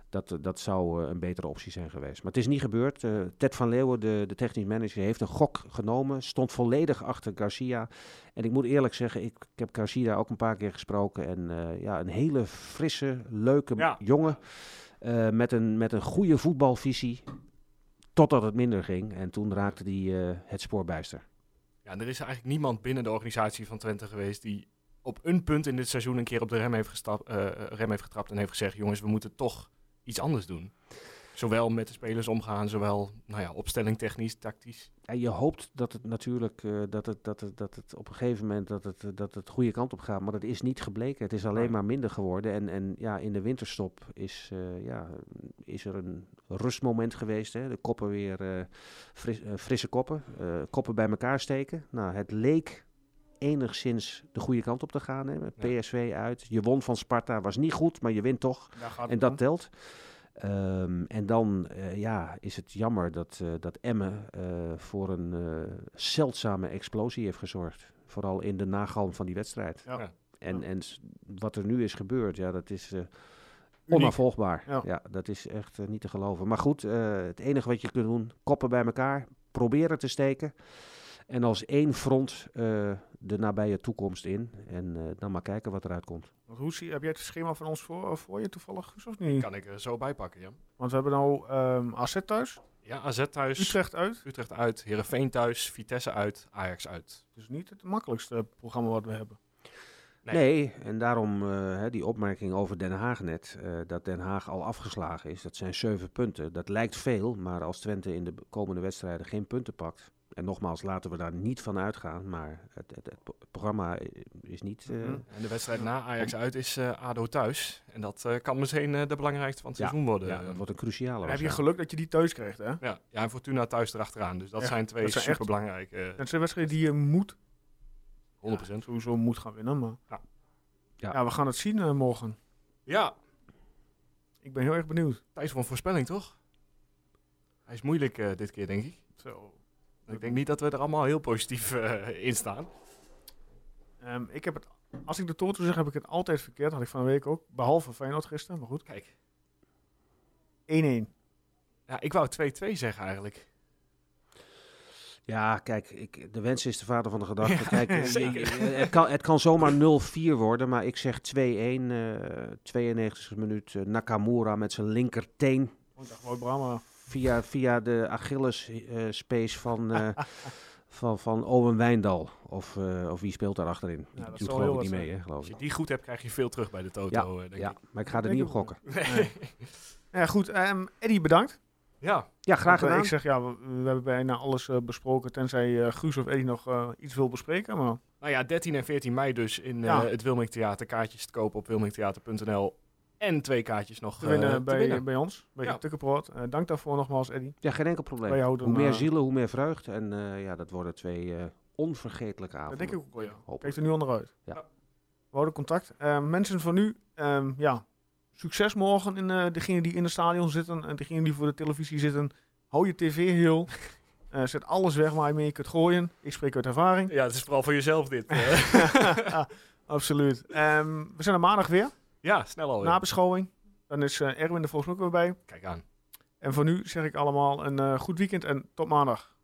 Dat, dat zou uh, een betere optie zijn geweest. Maar het is niet gebeurd. Uh, Ted van Leeuwen, de, de technisch manager, heeft een gok genomen. Stond volledig achter Garcia. En ik moet eerlijk zeggen, ik, ik heb Garcia ook een paar keer gesproken. En uh, ja, een hele frisse, leuke Ja. jongen. Uh, met, een, met een goede voetbalvisie. Totdat het minder ging. En toen raakte hij uh, het spoor bijster. Ja, en er is eigenlijk niemand binnen de organisatie van Twente geweest die op een punt in dit seizoen een keer op de rem heeft, gestap, uh, rem heeft getrapt en heeft gezegd, jongens, we moeten toch iets anders doen. Zowel met de spelers omgaan, zowel nou ja, opstelling technisch, tactisch. Ja, je hoopt dat het natuurlijk uh, dat, het, dat, het, dat het op een gegeven moment dat het, dat het goede kant op gaat. Maar dat is niet gebleken. Het is alleen Nee. maar minder geworden. En, en ja, in de winterstop is, uh, ja, is er een rustmoment geweest. Hè? De koppen weer uh, fris, uh, frisse koppen. Uh, koppen bij elkaar steken. Nou, het leek enigszins de goede kant op te gaan. Hè? Met Ja. P S V uit. Je won van Sparta. Was niet goed, maar je wint toch. Daar gaat En het dat om. telt. Um, en dan uh, ja, is het jammer dat, uh, dat Emmen uh, voor een uh, zeldzame explosie heeft gezorgd. Vooral in de nagalm van die wedstrijd. Ja. Ja. En, Ja. en s- wat er nu is gebeurd, ja, dat is uh, Uniek. onafvolgbaar. Ja. Ja. dat is echt uh, niet te geloven. Maar goed, uh, het enige wat je kunt doen, koppen bij elkaar, proberen te steken. En als één front uh, de nabije toekomst in. En uh, dan maar kijken wat eruit komt. Want hoe zie, heb jij het schema van ons voor, voor je toevallig, Guus, of niet? Kan ik er zo bij pakken, ja. Want we hebben nou um, A Z thuis, Ja, A Z thuis, Utrecht uit. Utrecht uit, Heerenveen thuis, Vitesse uit, Ajax uit. Dus niet het makkelijkste programma wat we hebben. Nee. Nee, en daarom uh, hè, die opmerking over Den Haag net, uh, dat Den Haag al afgeslagen is. Dat zijn zeven punten. Dat lijkt veel, maar als Twente in de komende wedstrijden geen punten pakt. En nogmaals, laten we daar niet van uitgaan, maar het, het, het programma is niet... Uh, Mhm. En de wedstrijd na Ajax uit is uh, A D O thuis. En dat uh, kan misschien uh, de belangrijkste van het Ja. seizoen worden. ja, dat wordt een cruciale. Dan heb je waarschijnlijk. geluk dat je die thuis krijgt, hè? Ja, ja, en Fortuna thuis erachteraan. Dus dat Ja, zijn twee dat zijn echt- superbelangrijke. Dat zijn wedstrijden die je moet, honderd procent. sowieso moet gaan winnen. Maar Ja. ja, Ja. we gaan het zien uh, morgen. Ja, Ik ben heel erg benieuwd. tijd voor een voorspelling, toch? Hij is moeilijk uh, dit keer, denk ik. Zo. Ik denk niet dat we er allemaal heel positief uh, in staan. Um, ik heb het, als ik de Toto zeg, heb ik het altijd verkeerd. Had ik van de week ook. Behalve Feyenoord gisteren, maar goed. Kijk, één-één. ja, ik wou twee-twee zeggen eigenlijk. Ja, kijk, ik, de wens is de vader van de gedachte. Ja, Kijk, eh, zeker. je- je- het, kan, het kan zomaar nul vier worden, maar ik zeg twee-één. Uh, tweeënnegentigste minuut uh, Nakamura met zijn linkerteen. Oh, ik dacht, Wout Brama. Via, via de Achilles uh, space van, uh, van, van Owen Wijndal. Of, uh, of wie speelt daar achterin? Die dat doet zal geloof heel ik niet wat mee, zijn. hè, geloof Als je ik. die goed hebt, krijg je veel terug bij de Toto, Ja, uh, denk Ja, ik. maar ik ga er Denk niet op ik gokken. Nee. Ja, goed. Um, Eddie, bedankt. Ja, Ja, graag Want, uh, gedaan. Ik zeg, ja, we, we hebben bijna alles uh, besproken. Tenzij uh, Guus of Eddie nog uh, iets wil bespreken. Maar nou ja, dertien en veertien mei dus in uh, Ja. het Wilming Theater. Kaartjes te kopen op wilmingtheater punt n l. En twee kaartjes nog te uh, winnen te bij, winnen. bij ons. Bij Ja. Tukkenproot. Uh, dank daarvoor nogmaals, Eddie. Ja, geen enkel probleem. Wij houden Hoe hem, meer uh, zielen, hoe meer vreugd. En uh, ja, dat worden twee uh, onvergetelijke Dat avonden. denk ik ook wel, ja. Hopelijk. Kijk er nu onderuit. Ja. We houden contact. Uh, mensen van nu, um, ja, succes morgen. In, uh, degenen die in het stadion zitten en degenen die voor de televisie zitten. Hou je tv heel. Uh, zet alles weg waar je mee kunt gooien. Ik spreek uit ervaring. Ja, het is vooral voor jezelf dit. uh. Ja, absoluut. Um, we zijn er maandag weer. ja, snel alweer. Nabeschouwing. Dan is uh, Erwin er volgens mij ook weer bij. Kijk aan. En voor nu zeg ik allemaal een uh, goed weekend en tot maandag.